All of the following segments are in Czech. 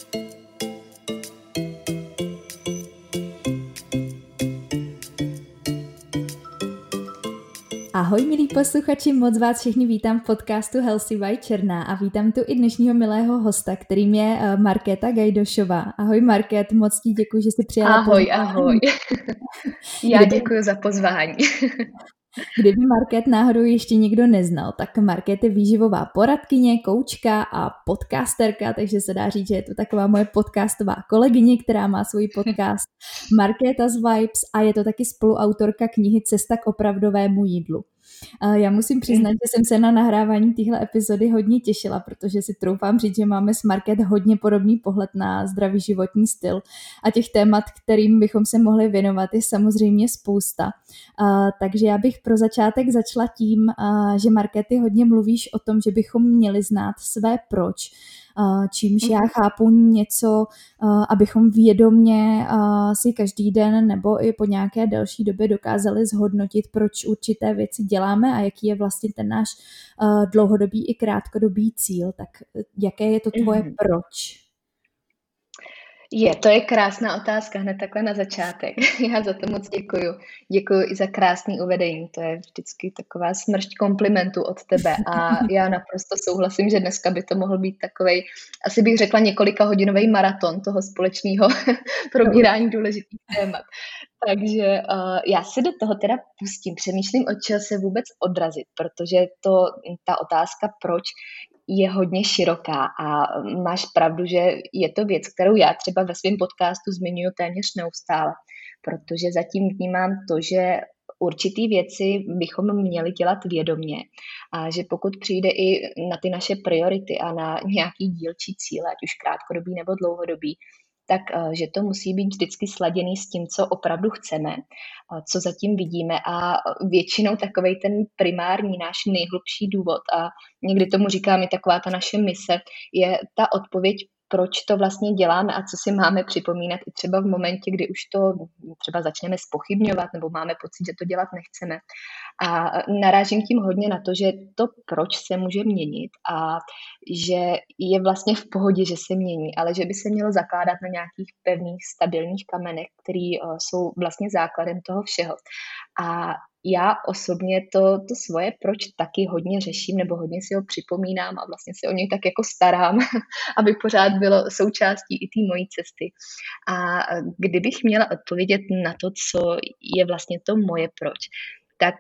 Ahoj milí posluchači, moc vás všechny vítám v podcastu Healthy by Černá a vítám tu i dnešního milého hosta, kterým je Markéta Gajdošová. Ahoj Markét, moc ti děkuji, že jsi přijala pozvání. Ahoj. Já děkuji za pozvání. Kdyby Markét náhodou ještě někdo neznal, tak Markét je výživová poradkyně, koučka a podcasterka, takže se dá říct, že je to taková moje podcastová kolegyně, která má svůj podcast Markéta's Vibes a je to taky spoluautorka knihy Cesta k opravdovému jídlu. Já musím přiznat, že jsem se na nahrávání téhle epizody hodně těšila, protože si troufám říct, že máme s Markét hodně podobný pohled na zdravý životní styl a těch témat, kterým bychom se mohli věnovat, je samozřejmě spousta. Takže já bych pro začátek začala tím, že Markéty hodně mluvíš o tom, že bychom měli znát své proč, čímž já chápu něco, abychom vědomě si každý den nebo i po nějaké delší době dokázali zhodnotit, proč určité věci děláme a jaký je vlastně ten náš dlouhodobý i krátkodobý cíl. Tak jaké je to tvoje proč? To je krásná otázka hned takhle na začátek. Já za to moc děkuju. Děkuju i za krásný uvedení. To je vždycky taková smršť komplimentu od tebe a já naprosto souhlasím, že dneska by to mohl být takovej, asi bych řekla několika hodinový maraton toho společného probírání důležitých témat. Takže já si do toho teda pustím, přemýšlím, od čeho se vůbec odrazit, protože ta otázka proč je hodně široká a máš pravdu, že je to věc, kterou já třeba ve svém podcastu zmiňuji téměř neustále, protože zatím vnímám to, že určitý věci bychom měli dělat vědomě a že pokud přijde i na ty naše priority a na nějaký dílčí cíle, ať už krátkodobý nebo dlouhodobý, tak že to musí být vždycky sladěný s tím, co opravdu chceme, co zatím vidíme a většinou takovej ten primární náš nejhlubší důvod a někdy tomu říkám i taková ta naše mise, je ta odpověď, proč to vlastně děláme a co si máme připomínat i třeba v momentě, kdy už to třeba začneme zpochybňovat nebo máme pocit, že to dělat nechceme. A narážím tím hodně na to, že to proč se může měnit a že je vlastně v pohodě, že se mění, ale že by se mělo zakládat na nějakých pevných, stabilních kamenech, které jsou vlastně základem toho všeho. A já osobně to svoje proč taky hodně řeším nebo hodně si ho připomínám a vlastně se o něj tak jako starám, aby pořád bylo součástí i té mojí cesty. A kdybych měla odpovědět na to, co je vlastně to moje proč, tak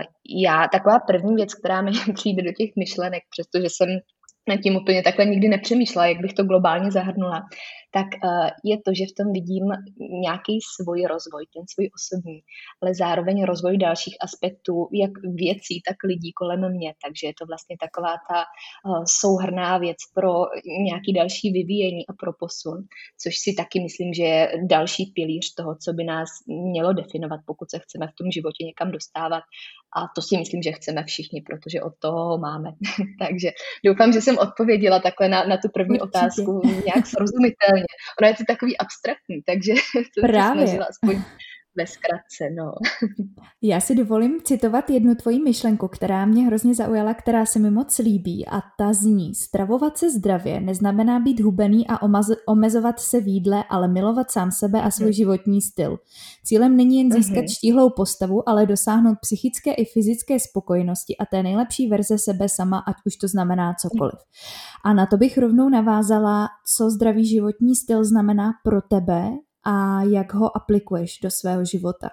taková první věc, která mi přijde do těch myšlenek, přestože jsem nad tím úplně takhle nikdy nepřemýšlela, jak bych to globálně zahrnula, tak je to, že v tom vidím nějaký svůj rozvoj, ten svůj osobní, ale zároveň rozvoj dalších aspektů, jak věcí, tak lidí kolem mě. Takže je to vlastně taková ta souhrnná věc pro nějaký další vyvíjení a pro posun, což si taky myslím, že je další pilíř toho, co by nás mělo definovat, pokud se chceme v tom životě někam dostávat. A to si myslím, že chceme všichni, protože od toho máme. Takže doufám, že jsem odpověděla takhle na tu první otázku nějak srozumitelně. Ono je to takový abstraktní, takže to se snažila aspoň ve zkratce, no. Já si dovolím citovat jednu tvoji myšlenku, která mě hrozně zaujala, která se mi moc líbí a ta zní: stravovat se zdravě neznamená být hubený a omezovat se v jídle, ale milovat sám sebe a svůj životní styl. Cílem není jen získat štíhlou postavu, ale dosáhnout psychické i fyzické spokojenosti a té nejlepší verze sebe sama, ať už to znamená cokoliv. A na to bych rovnou navázala, co zdravý životní styl znamená pro tebe a jak ho aplikuješ do svého života.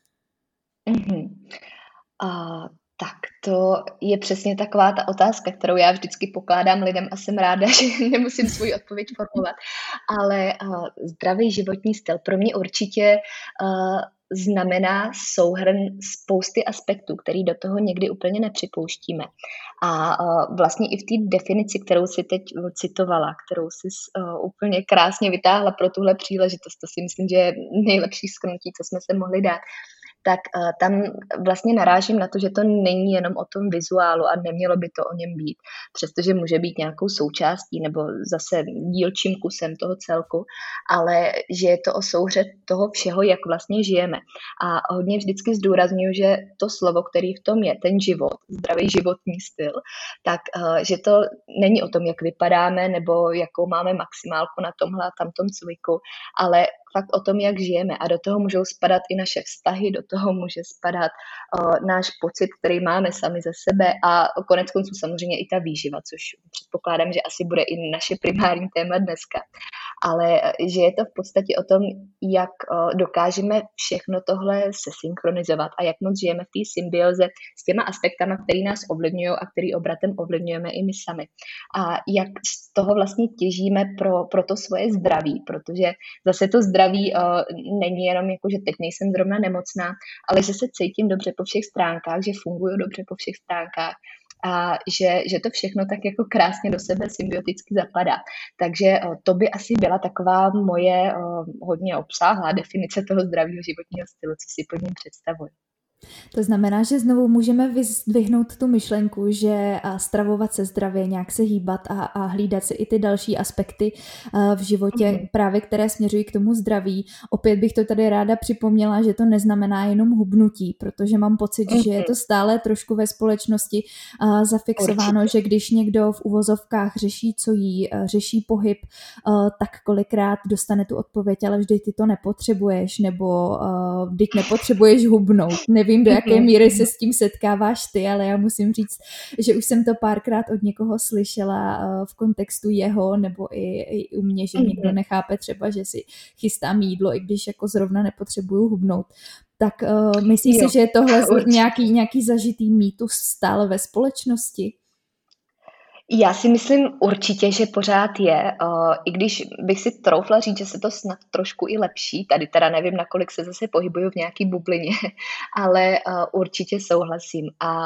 Tak to je přesně taková ta otázka, kterou já vždycky pokládám lidem a jsem ráda, že nemusím svůj odpověď formulovat. Ale zdravý životní styl pro mě určitě znamená souhrn spousty aspektů, který do toho někdy úplně nepřipouštíme. A vlastně i v té definici, kterou si teď citovala, kterou si úplně krásně vytáhla pro tuhle příležitost, to si myslím, že je nejlepší shrnutí, co jsme se mohli dát, tak tam vlastně narážím na to, že to není jenom o tom vizuálu a nemělo by to o něm být, přestože může být nějakou součástí nebo zase dílčím kusem toho celku, ale že je to o souhře toho všeho, jak vlastně žijeme. A hodně vždycky zdůrazňuji, že to slovo, který v tom je, ten život, zdravý životní styl, tak že to není o tom, jak vypadáme nebo jakou máme maximálku na tomhle a tamtom cviku, ale fakt o tom, jak žijeme, a do toho můžou spadat i naše vztahy, do toho může spadat náš pocit, který máme sami ze sebe, a konec konců samozřejmě i ta výživa, což předpokládám, že asi bude i naše primární téma dneska. Ale že je to v podstatě o tom, jak dokážeme všechno tohle se synchronizovat a jak moc žijeme v té symbioze s těma aspektama, který nás ovlivňují a který obratem ovlivňujeme i my sami. A jak z toho vlastně těžíme pro to svoje zdraví, protože zase to zdraví není jenom jako, že teď nejsem zrovna nemocná, ale že se cítím dobře po všech stránkách, že funguju dobře po všech stránkách a že to všechno tak jako krásně do sebe symbioticky zapadá. Takže to by asi byla taková moje hodně obsáhlá definice toho zdravého životního stylu, co si pod ním představuji. To znamená, že znovu můžeme vyzdvihnout tu myšlenku, že stravovat se zdravě, nějak se hýbat a hlídat si i ty další aspekty v životě, právě které směřují k tomu zdraví. Opět bych to tady ráda připomněla, že to neznamená jenom hubnutí, protože mám pocit, že je to stále trošku ve společnosti zafixováno, že když někdo v uvozovkách řeší, co jí, řeší pohyb, tak kolikrát dostane tu odpověď, ale vždy ty to nepotřebuješ, nebo vždyť nepotřebuješ hubnout. Nevím, do jaké míry se s tím setkáváš ty, ale já musím říct, že už jsem to párkrát od někoho slyšela v kontextu jeho, nebo i u mě, že někdo nechápe třeba, že si chystám jídlo, i když jako zrovna nepotřebuju hubnout. Tak myslíš si, že je tohle nějaký zažitý mýtus stále ve společnosti? Já si myslím určitě, že pořád je, i když bych si troufla říct, že se to snad trošku i lepší, tady teda nevím, nakolik se zase pohybuju v nějaký bublině, ale určitě souhlasím a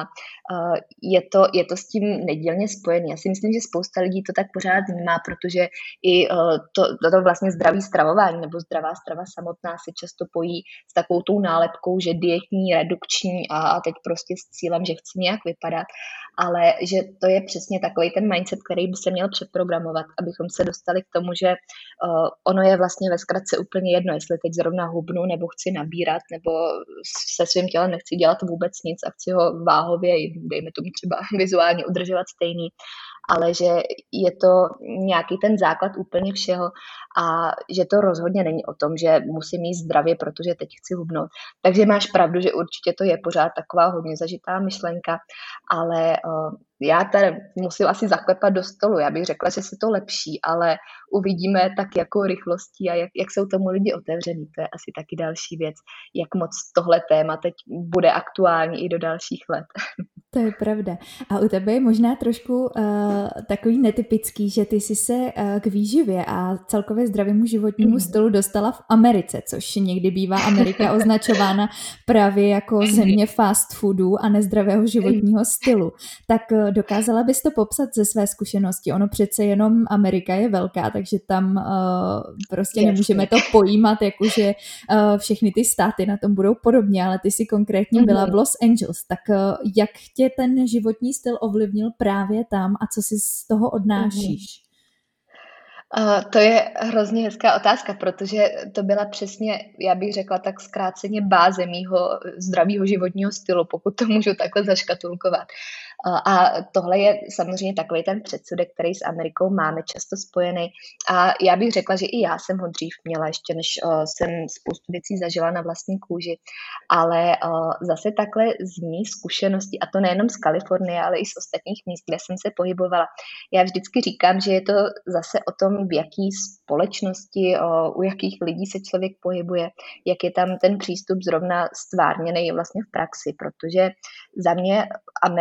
je to s tím nedílně spojený. Já si myslím, že spousta lidí to tak pořád vnímá, protože i to vlastně zdravý stravování nebo zdravá strava samotná se často pojí s takovou tou nálepkou, že dietní, redukční a teď prostě s cílem, že chci nějak vypadat, ale že to je přesně takový ten mindset, který by se měl přeprogramovat, abychom se dostali k tomu, že ono je vlastně ve zkratce úplně jedno, jestli teď zrovna hubnu, nebo chci nabírat, nebo se svým tělem nechci dělat vůbec nic a chci ho váhově, dejme tomu třeba vizuálně udržovat stejný, ale že je to nějaký ten základ úplně všeho a že to rozhodně není o tom, že musím jíst zdravě, protože teď chci hubnout. Takže máš pravdu, že určitě to je pořád taková hodně zažitá myšlenka, ale já tady musím asi zaklepat do stolu. Já bych řekla, že se to lepší, ale uvidíme tak, jakou rychlostí a jak jsou tomu lidi otevření. To je asi taky další věc, jak moc tohle téma teď bude aktuální i do dalších let. To je pravda. A u tebe je možná trošku takový netypický, že ty jsi se k výživě a celkově zdravému životnímu stylu dostala v Americe, což někdy bývá Amerika označována právě jako země fast foodu a nezdravého životního stylu. Tak dokázala bys to popsat ze své zkušenosti? Ono přece jenom Amerika je velká, takže tam prostě nemůžeme to pojímat, jakože všechny ty státy na tom budou podobně, ale ty si konkrétně byla v Los Angeles. Tak jak tě ten životní styl ovlivnil právě tam a co si z toho odnášíš? To je hrozně hezká otázka, protože to byla přesně, já bych řekla tak zkráceně, báze mýho zdravého životního stylu, pokud to můžu takhle zaškatulkovat. A tohle je samozřejmě takový ten předsudek, který s Amerikou máme často spojený. A já bych řekla, že i já jsem ho dřív měla, ještě než jsem spoustu věcí zažila na vlastní kůži. Ale zase takhle z mý zkušenosti, a to nejenom z Kalifornie, ale i z ostatních míst, kde jsem se pohybovala, já vždycky říkám, že je to zase o tom, v jaký společnosti, u jakých lidí se člověk pohybuje, jak je tam ten přístup zrovna stvárněný vlastně v praxi, protože za mě Amerika, a to je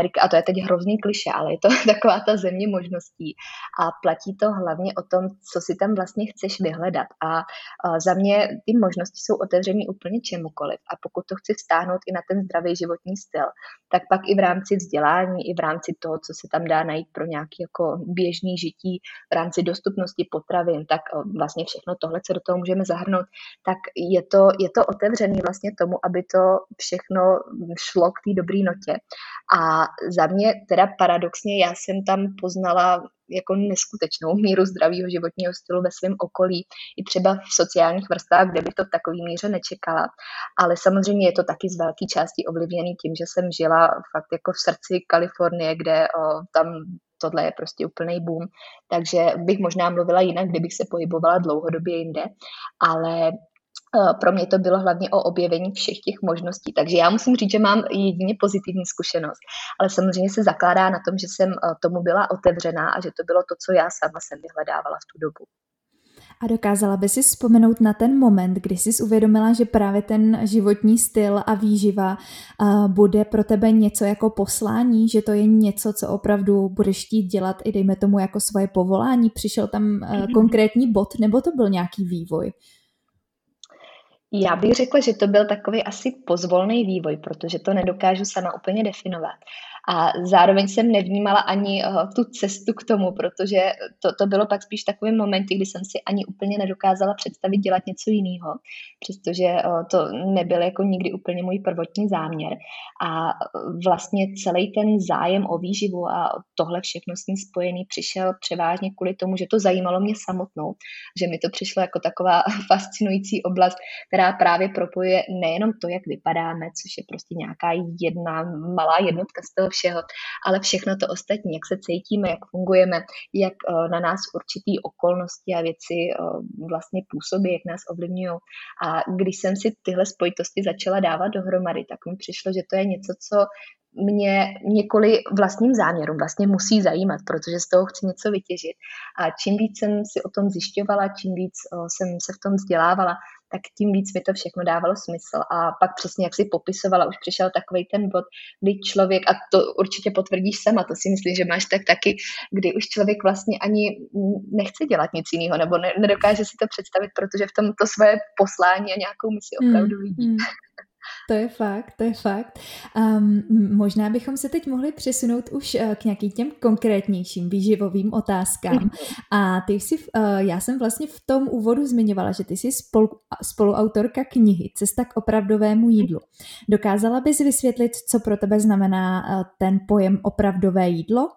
teď hrozný klišé, ale je to taková ta země možností a platí to hlavně o tom, co si tam vlastně chceš vyhledat. A za mě ty možnosti jsou otevřené úplně čemukoliv a pokud to chci vztáhnout i na ten zdravý životní styl, tak pak i v rámci vzdělání, i v rámci toho, co se tam dá najít pro nějaké jako běžný žití, v rámci dostupnosti potravin, tak vlastně všechno tohle, co do toho můžeme zahrnout, tak je to otevřený vlastně tomu, aby to všechno šlo k té dobré notě. A za mě teda paradoxně, já jsem tam poznala jako neskutečnou míru zdravého životního stylu ve svém okolí, i třeba v sociálních vrstvách, kde bych to v takové míře nečekala. Ale samozřejmě je to taky z velké části ovlivněný tím, že jsem žila fakt jako v srdci Kalifornie, kde tam tohle je prostě úplný boom. Takže bych možná mluvila jinak, kdybych se pohybovala dlouhodobě jinde, ale pro mě to bylo hlavně o objevení všech těch možností. Takže já musím říct, že mám jedině pozitivní zkušenost. Ale samozřejmě se zakládá na tom, že jsem tomu byla otevřená a že to bylo to, co já sama jsem vyhledávala v tu dobu. A dokázala by si vzpomenout na ten moment, kdy jsi uvědomila, že právě ten životní styl a výživa bude pro tebe něco jako poslání, že to je něco, co opravdu budeš chtít dělat i dejme tomu jako svoje povolání? Přišel tam konkrétní bod, nebo to byl nějaký vývoj? Já bych řekla, že to byl takový asi pozvolný vývoj, protože to nedokážu sama úplně definovat. A zároveň jsem nevnímala ani tu cestu k tomu, protože to bylo pak spíš takový moment, kdy jsem si ani úplně nedokázala představit dělat něco jiného, přestože to nebyl jako nikdy úplně můj prvotní záměr. A vlastně celý ten zájem o výživu a tohle všechno s ním spojený přišel převážně kvůli tomu, že to zajímalo mě samotnou, že mi to přišlo jako taková fascinující oblast, která právě propojuje nejenom to, jak vypadáme, což je prostě nějaká jedna malá jednotka z toho všeho, ale všechno to ostatní, jak se cítíme, jak fungujeme, jak na nás určitý okolnosti a věci vlastně působí, jak nás ovlivňují. A když jsem si tyhle spojitosti začala dávat dohromady, tak mi přišlo, že to je něco, co mě kvůli vlastním záměrům vlastně musí zajímat, protože z toho chci něco vytěžit. A čím víc jsem si o tom zjišťovala, čím víc jsem se v tom vzdělávala, tak tím víc mi to všechno dávalo smysl. A pak přesně, jak si popisovala, už přišel takovej ten bod, kdy člověk, a to určitě potvrdíš sama, to si myslím, že máš tak taky, kdy už člověk vlastně ani nechce dělat nic jiného, nebo nedokáže si to představit, protože v tom to svoje poslání a nějakou misi opravdu vidí. To je fakt. Možná bychom se teď mohli přesunout už k nějakým těm konkrétnějším výživovým otázkám. A já jsem vlastně v tom úvodu zmiňovala, že ty jsi spoluautorka knihy Cesta k opravdovému jídlu. Dokázala bys vysvětlit, co pro tebe znamená ten pojem opravdové jídlo?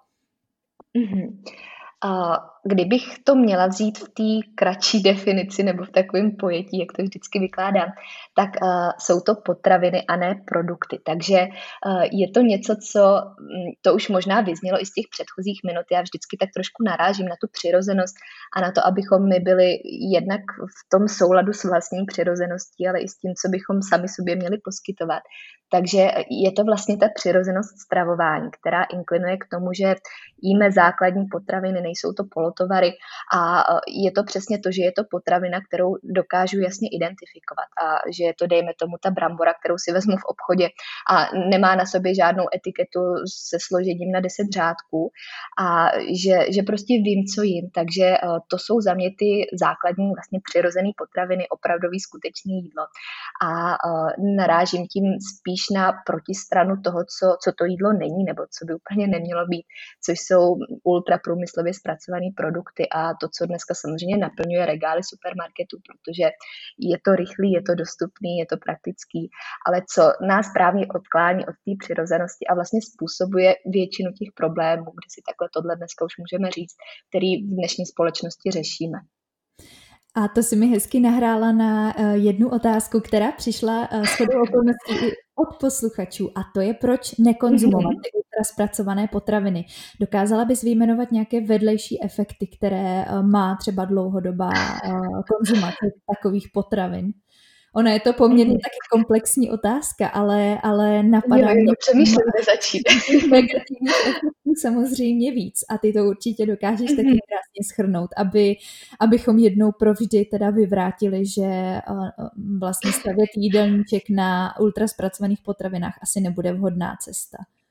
Kdybych to měla vzít v té kratší definici nebo v takovém pojetí, jak to vždycky vykládám, tak jsou to potraviny a ne produkty. Takže je to něco, co to už možná vyznělo i z těch předchozích minut. Já vždycky tak trošku narážím na tu přirozenost a na to, abychom my byli jednak v tom souladu s vlastní přirozeností, ale i s tím, co bychom sami sobě měli poskytovat. Takže je to vlastně ta přirozenost stravování, která inklinuje k tomu, že jíme základní potraviny, nejsou to polotovary a je to přesně to, že je to potravina, kterou dokážu jasně identifikovat a že je to, dejme tomu, ta brambora, kterou si vezmu v obchodě a nemá na sobě žádnou etiketu se složením na 10 řádků a že prostě vím, co jim. Takže to jsou za mě ty základní vlastně přirozené potraviny, opravdový skutečný jídlo. A narážím tím spíš na protistranu toho, co to jídlo není, nebo co by úplně nemělo být, což jsou ultraprůmyslově zpracované produkty a to, co dneska samozřejmě naplňuje regály supermarketů, protože je to rychlý, je to dostupný, je to praktický, ale co nás právě odklání od té přirozenosti a vlastně způsobuje většinu těch problémů, kdy si takhle tohle dneska už můžeme říct, který v dnešní společnosti řešíme. A to si mi hezky nahrála na jednu otázku, která přišla shodou okolností od posluchačů, a to je, proč nekonzumovat ty ultraspracované potraviny. Dokázala bys vyjmenovat nějaké vedlejší efekty, které má třeba dlouhodobá konzumace takových potravin? Ono je to poměrně taky komplexní otázka, ale napadá mě... Přemýšlím, kde začít. Negativních efektů samozřejmě víc a ty to určitě dokážeš taky krásně shrnout, abychom jednou provždy teda vyvrátili, že vlastně stavět jídelníček na ultraspracovaných potravinách asi nebude vhodná cesta.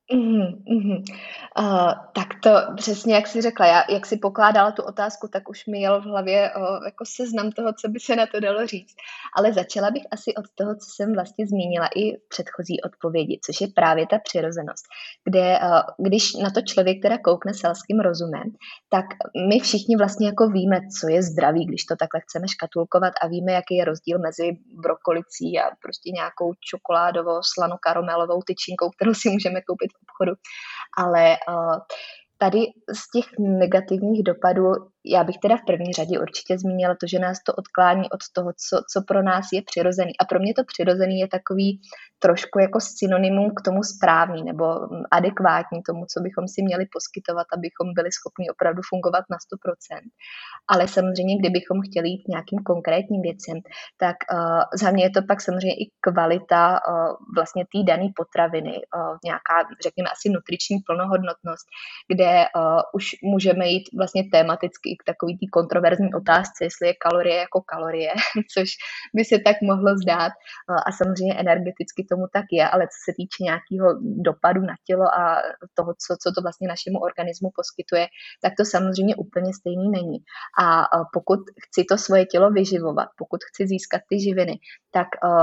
Tak to přesně, jak jsi řekla, jak jsi pokládala tu otázku, tak už mi jel v hlavě jako seznam toho, co by se na to dalo říct. Ale začala bych asi od toho, co jsem vlastně zmínila i v předchozí odpovědi, což je právě ta přirozenost, kde když na to člověk teda koukne selským rozumem, tak my všichni vlastně jako víme, co je zdraví, když to takhle chceme škatulkovat a víme, jaký je rozdíl mezi brokolicí a prostě nějakou čokoládovou, slano-karamelovou tyčinkou, kterou si můžeme koupit v obchodu. Ale tady z těch negativních dopadů, já bych teda v první řadě určitě zmínila to, že nás to odklání od toho, co pro nás je přirozený. A pro mě to přirozený je takový trošku jako synonymum k tomu správný nebo adekvátní tomu, co bychom si měli poskytovat, abychom byli schopni opravdu fungovat na 100%. Ale samozřejmě, kdybychom chtěli jít nějakým konkrétním věcem, tak za mě je to pak samozřejmě i kvalita vlastně té dané potraviny, nějaká, řekněme, asi nutriční plnohodnotnost, kde už můžeme jít vlastně tematicky k takový té kontroverzní otázce, jestli je kalorie jako kalorie, což by se tak mohlo zdát a samozřejmě energeticky tomu tak je, ale co se týče nějakého dopadu na tělo a toho, co to vlastně našemu organismu poskytuje, tak to samozřejmě úplně stejný není. A pokud chci to svoje tělo vyživovat, pokud chci získat ty živiny, tak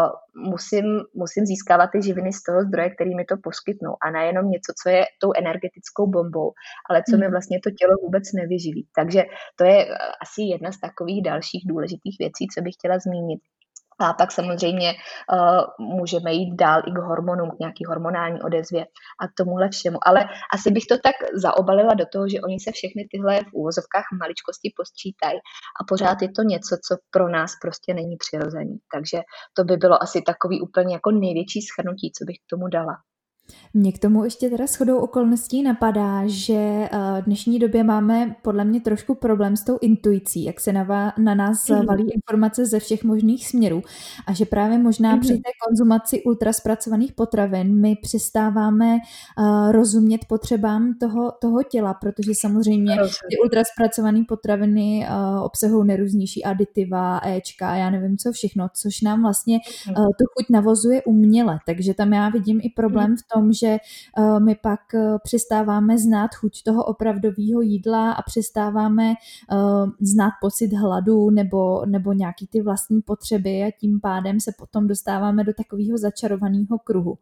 musím získávat ty živiny z toho zdroje, který mi to poskytnou a nejenom něco, co je tou energetickou bombou, ale co mi vlastně to tělo vůbec nevyživí. Takže to je asi jedna z takových dalších důležitých věcí, co bych chtěla zmínit. A pak samozřejmě můžeme jít dál i k hormonům, k nějaký hormonální odezvě a k tomuhle všemu. Ale asi bych to tak zaobalila do toho, že oni se všechny tyhle v úvozovkách maličkosti postřítají a pořád je to něco, co pro nás prostě není přirozený. Takže to by bylo asi takový úplně jako největší shrnutí, co bych k tomu dala. Mně k tomu ještě teda shodou okolností napadá, že v dnešní době máme podle mě trošku problém s tou intuicí, jak se na nás valí informace ze všech možných směrů a že právě možná při té konzumaci ultraspracovaných potravin my přestáváme rozumět potřebám toho těla, protože samozřejmě ty ultraspracované potraviny obsahují nejrůznější aditiva, Ečka, já nevím co všechno, což nám vlastně tu chuť navozuje uměle, takže tam já vidím i problém v tom, že my pak přestáváme znát chuť toho opravdového jídla a přestáváme znát pocit hladu nebo nějaký ty vlastní potřeby a tím pádem se potom dostáváme do takového začarovaného kruhu.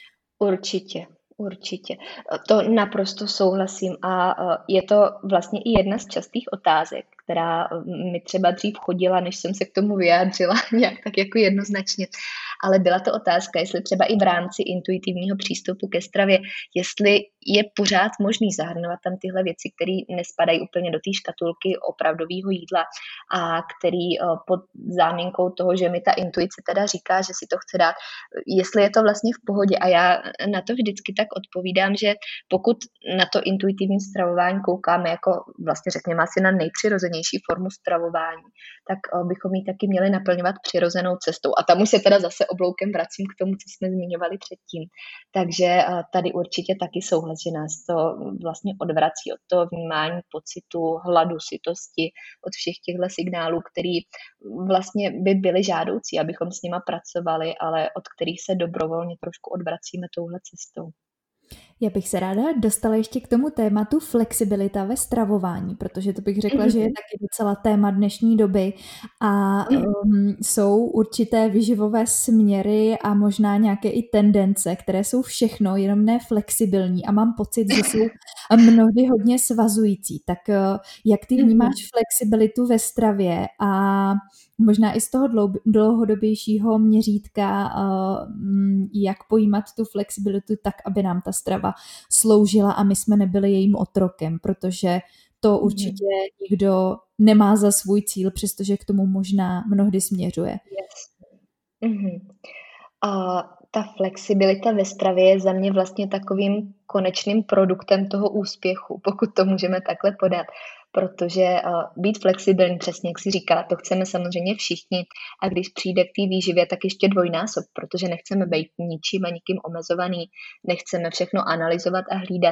Určitě. To naprosto souhlasím a je to vlastně i jedna z častých otázek, která mi třeba dřív chodila, než jsem se k tomu vyjádřila nějak tak jako jednoznačně. Ale byla to otázka, jestli třeba i v rámci intuitivního přístupu ke stravě, jestli je pořád možný zahrnovat tam tyhle věci, které nespadají úplně do té škatulky opravdového jídla a který pod záminkou toho, že mi ta intuice teda říká, že si to chce dát, jestli je to vlastně v pohodě. A já na to vždycky tak odpovídám, že pokud na to intuitivní stravování koukáme jako vlastně řekněme asi na nejpřirozenější formu stravování, tak bychom ji taky měli naplňovat přirozenou cestou. A tam už se teda zase obloukem vracím k tomu, co jsme zmiňovali předtím. Takže tady určitě taky souhlas, že nás to vlastně odvrací od toho vnímání pocitu, hladu, sytosti, od všech těchto signálů, který vlastně by byly žádoucí, abychom s nima pracovali, ale od kterých se dobrovolně trošku odvracíme touhle cestou. Já bych se ráda dostala ještě k tomu tématu flexibilita ve stravování, protože to bych řekla, že je taky docela téma dnešní doby a jsou určité výživové směry a možná nějaké i tendence, které jsou všechno, jenom ne flexibilní a mám pocit, že jsou mnohdy hodně svazující. Tak jak ty vnímáš flexibilitu ve stravě a možná i z toho dlouhodobějšího měřítka, jak pojímat tu flexibilitu tak, aby nám ta strava sloužila a my jsme nebyli jejím otrokem, protože to určitě nikdo nemá za svůj cíl, přestože k tomu možná mnohdy směřuje. Ta flexibilita ve stravě je za mě vlastně takovým konečným produktem toho úspěchu, pokud to můžeme takhle podat. Protože být flexibilní, přesně jak jsi říkala, to chceme samozřejmě všichni a když přijde k té výživě, tak ještě dvojnásob, protože nechceme být ničím a nikým omezovaný, nechceme všechno analyzovat a hlídat,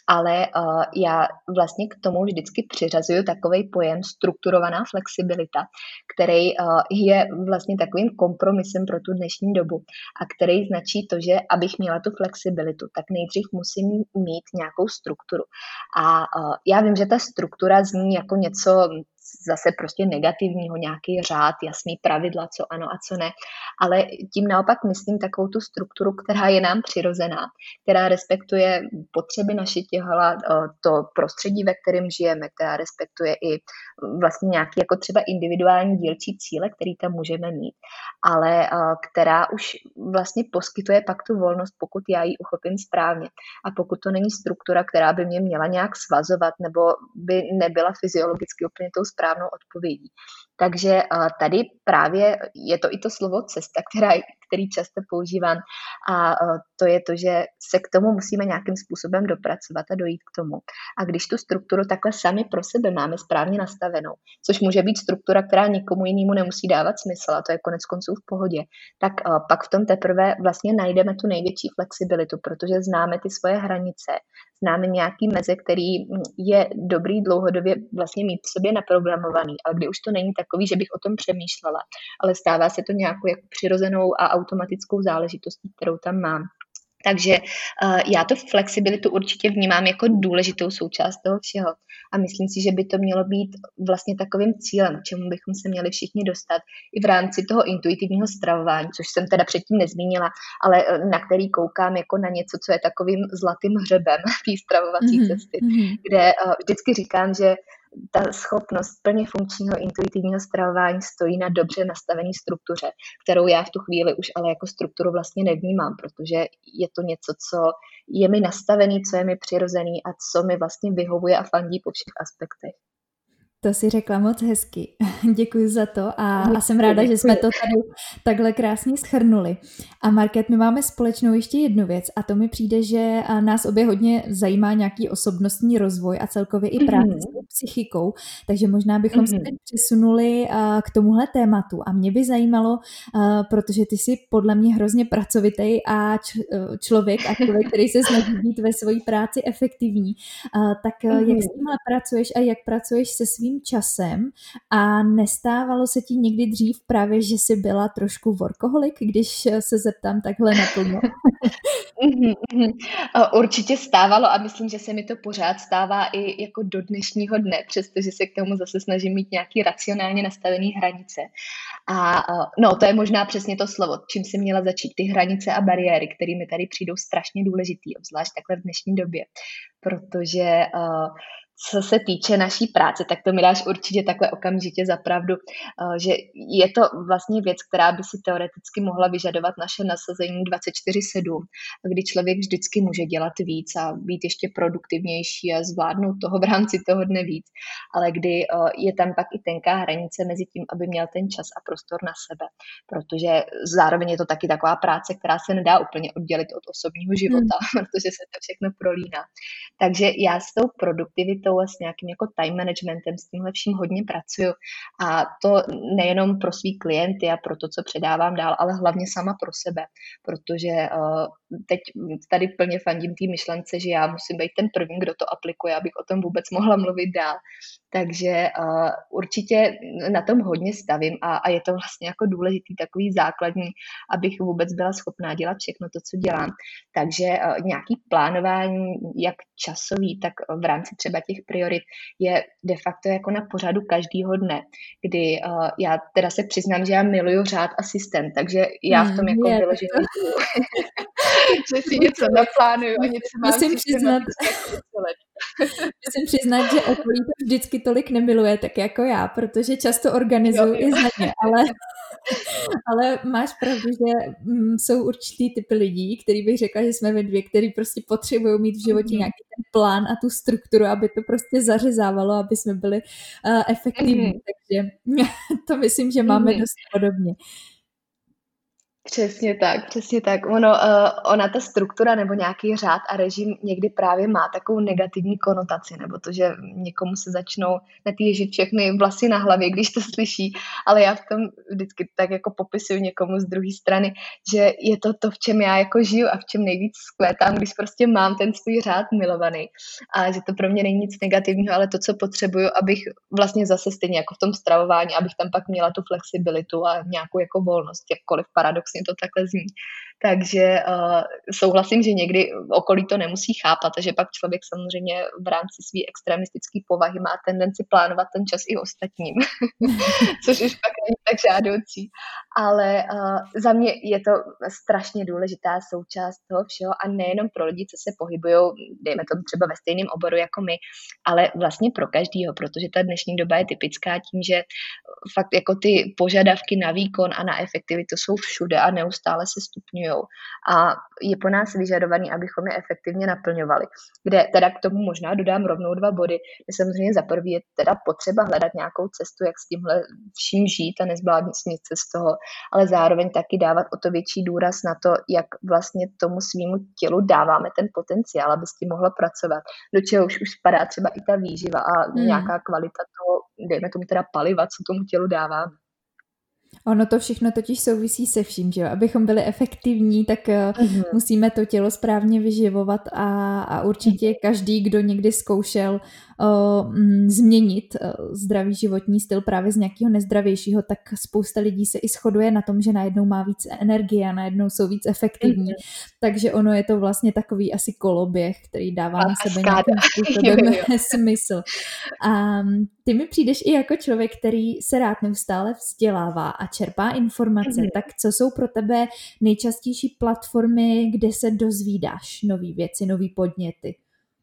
ale já vlastně k tomu vždycky přiřazuju takový pojem strukturovaná flexibilita, který je vlastně takovým kompromisem pro tu dnešní dobu a který značí to, že abych měla tu flexibilitu, tak nejdřív musím mít nějakou strukturu. A já vím, že ta struktura zní jako něco zase prostě negativního, nějaký řád, jasný pravidla, co ano a co ne, ale tím naopak myslím takovou tu strukturu, která je nám přirozená, která respektuje potřeby naše těla, to prostředí, ve kterém žijeme, která respektuje i vlastně nějaký jako třeba individuální dílčí cíle, který tam můžeme mít, ale která už vlastně poskytuje pak tu volnost, pokud já ji uchopím správně. A pokud to není struktura, která by mě měla nějak svazovat nebo by nebyla fyziologicky úplně tou správnou odpovědí. Takže tady právě je to i to slovo cesta, který často používám, a to je to, že se k tomu musíme nějakým způsobem dopracovat a dojít k tomu. A když tu strukturu takhle sami pro sebe máme správně nastavenou, což může být struktura, která nikomu jinému nemusí dávat smysl, a to je konec konců v pohodě, tak pak v tom teprve vlastně najdeme tu největší flexibilitu, protože známe ty svoje hranice, známe nějaký meze, který je dobrý dlouhodobě vlastně mít v sobě naprogramovaný, ale kdy už to není takový, že bych o tom přemýšlela, ale stává se to nějakou jako přirozenou a automatickou záležitostí, kterou tam mám. Takže já tu flexibilitu určitě vnímám jako důležitou součást toho všeho a myslím si, že by to mělo být vlastně takovým cílem, k čemu bychom se měli všichni dostat i v rámci toho intuitivního stravování, což jsem teda předtím nezmínila, ale na který koukám jako na něco, co je takovým zlatým hřebem té stravovací cesty, kde vždycky říkám, že ta schopnost plně funkčního intuitivního stravování stojí na dobře nastavené struktuře, kterou já v tu chvíli už ale jako strukturu vlastně nevnímám, protože je to něco, co je mi nastavený, co je mi přirozený a co mi vlastně vyhovuje a fandí po všech aspektech. To si řekla moc hezky. Děkuji za to a jsem ráda, že jsme to tady takhle krásně shrnuli. A Markéto, my máme společnou ještě jednu věc a to mi přijde, že nás obě hodně zajímá nějaký osobnostní rozvoj a celkově i práce s psychikou, takže možná bychom se teď přesunuli k tomuhle tématu a mě by zajímalo, protože ty jsi podle mě hrozně pracovitý a člověk, který se snaží být ve své práci efektivní, tak jak s tímhle pracuješ a jak pracuješ se svým časem a nestávalo se ti někdy dřív právě, že jsi byla trošku workoholik, když se zeptám takhle naplno? Určitě stávalo a myslím, že se mi to pořád stává i jako do dnešního dne, přestože se k tomu zase snažím mít nějaký racionálně nastavený hranice. A no, to je možná přesně to slovo, čím jsem měla začít. Ty hranice a bariéry, které mi tady přijdou strašně důležitý, obzvlášť takhle v dnešní době, protože co se týče naší práce, tak to mi dáš určitě takhle okamžitě za pravdu, že je to vlastně věc, která by si teoreticky mohla vyžadovat naše nasazení 24/7, kdy člověk vždycky může dělat víc a být ještě produktivnější a zvládnout toho v rámci toho dne víc, ale kdy je tam pak i tenká hranice mezi tím, aby měl ten čas a prostor na sebe, protože zároveň je to taky taková práce, která se nedá úplně oddělit od osobního života, protože se to všechno prolíná. Takže já s tou produktivitou a s nějakým jako time managementem, s tímhle vším hodně pracuju a to nejenom pro svý klienty a pro to, co předávám dál, ale hlavně sama pro sebe, protože teď tady plně fandím té myšlence, že já musím být ten první, kdo to aplikuje, abych o tom vůbec mohla mluvit dál. Takže určitě na tom hodně stavím a je to vlastně jako důležitý takový základní, abych vůbec byla schopná dělat všechno to, co dělám. Takže nějaký plánování, jak časový, tak v rámci třeba těch priorit je de facto jako na pořadu každýho dne, kdy já teda se přiznám, že já miluju řád a systém, takže já v tom jako vyloženě že si něco naplánuju a něco mám Musím přiznat, že okolí to vždycky tolik nemiluje, tak jako já, protože často organizuju i za ně, ale máš pravdu, že jsou určitý typy lidí, který bych řekla, že jsme ve dvě, který prostě potřebují mít v životě nějaký ten plán a tu strukturu, aby to prostě zařezávalo, aby jsme byli efektivní, takže to myslím, že máme dost podobně. Přesně tak, přesně tak. Ona ta struktura nebo nějaký řád a režim někdy právě má takovou negativní konotaci, nebo to, že někomu se začnou netýžit všechny vlasy na hlavě, když to slyší, ale já v tom vždycky tak jako popisuju někomu z druhé strany, že je to, v čem já jako žiju a v čem nejvíc skvétám, když prostě mám ten svůj řád milovaný a že to pro mě není nic negativního, ale to, co potřebuju, abych vlastně zase stejně jako v tom stravování, abych tam pak měla tu flexibilitu a nějakou jako volnost, jakkoliv paradoxně to takhle zní. Takže souhlasím, že někdy okolí to nemusí chápat a že pak člověk samozřejmě v rámci své extremistické povahy má tendenci plánovat ten čas i ostatním, což už pak není tak žádoucí. Ale za mě je to strašně důležitá součást toho všeho a nejenom pro lidi, co se pohybují, dejme tomu třeba ve stejném oboru jako my, ale vlastně pro každýho, protože ta dnešní doba je typická tím, že fakt jako ty požadavky na výkon a na efektivitu jsou všude a neustále se stupňují. A je po nás vyžadovaný, abychom je efektivně naplňovali. Kde teda k tomu možná dodám rovnou 2 body, kde samozřejmě za prvý je teda potřeba hledat nějakou cestu, jak s tímhle vším žít a nezbláznit se z toho, ale zároveň taky dávat o to větší důraz na to, jak vlastně tomu svýmu tělu dáváme ten potenciál, aby s tím mohlo pracovat. Do čeho už spadá třeba i ta výživa a nějaká kvalita toho, dejme tomu teda paliva, co tomu tělu dáváme. Ono to všechno totiž souvisí se vším, že jo? Abychom byli efektivní, tak musíme to tělo správně vyživovat a určitě každý, kdo někdy zkoušel změnit zdravý životní styl právě z nějakého nezdravějšího, tak spousta lidí se i shoduje na tom, že najednou má víc energie a najednou jsou víc efektivní. Takže ono je to vlastně takový asi koloběh, který dává na sebe nějakým způsobem smysl. A ty mi přijdeš i jako člověk, který se rád neustále vzdělává a čerpá informace, tak co jsou pro tebe nejčastější platformy, kde se dozvídáš nový věci, nový podněty?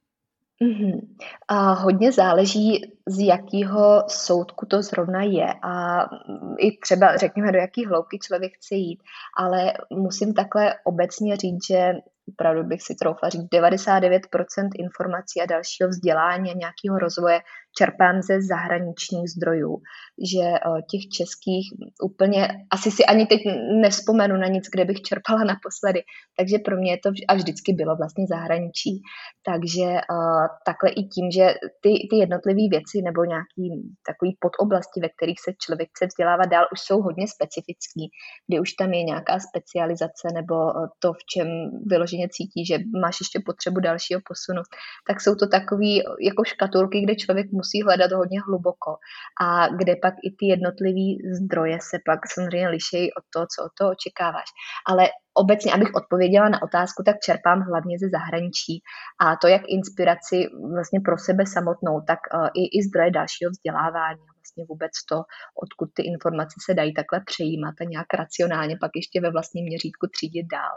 A hodně záleží, z jakého soudku to zrovna je a i třeba řekněme, do jaký hloubky člověk chce jít, ale musím takhle obecně říct, že opravdu bych si troufla říct, 99% informací a dalšího vzdělání a nějakého rozvoje čerpám ze zahraničních zdrojů, že těch českých úplně, asi si ani teď nevzpomenu na nic, kde bych čerpala naposledy, takže pro mě je to a vždycky bylo vlastně zahraničí. Takže takhle i tím, že ty jednotlivé věci nebo nějaký takový podoblasti, ve kterých se člověk chce vzdělávat dál, už jsou hodně specifický, kdy už tam je nějaká specializace nebo to, v čem vyloženě cítí, že máš ještě potřebu dalšího posunu, tak jsou to takový jako škatulky, kde člověk musí hledat hodně hluboko a kde pak i ty jednotlivý zdroje se pak samozřejmě liší od toho, co od toho očekáváš. Ale obecně, abych odpověděla na otázku, tak čerpám hlavně ze zahraničí a to jak inspiraci vlastně pro sebe samotnou, tak i zdroje dalšího vzdělávání. Vlastně vůbec to, odkud ty informace se dají takhle přejímat a nějak racionálně pak ještě ve vlastním měřítku třídit dál.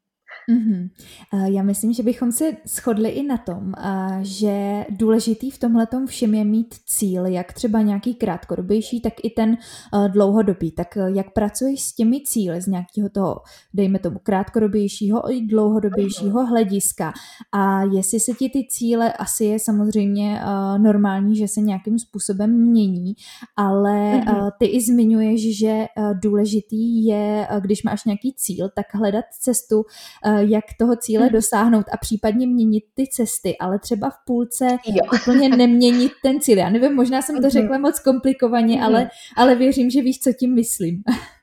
Já myslím, že bychom se shodli i na tom, že důležitý v tomhletom všem je mít cíl, jak třeba nějaký krátkodobější, tak i ten dlouhodobý. Tak jak pracuješ s těmi cíli z nějakého toho, dejme tomu krátkodobějšího i dlouhodobějšího hlediska a jestli se ti ty cíle, asi je samozřejmě normální, že se nějakým způsobem mění, ale ty i zmiňuješ, že důležitý je, když máš nějaký cíl, tak hledat cestu, jak toho cíle dosáhnout a případně měnit ty cesty, ale třeba v půlce úplně neměnit ten cíl. Já nevím, možná jsem to řekla moc komplikovaně, ale věřím, že víš, co tím myslím.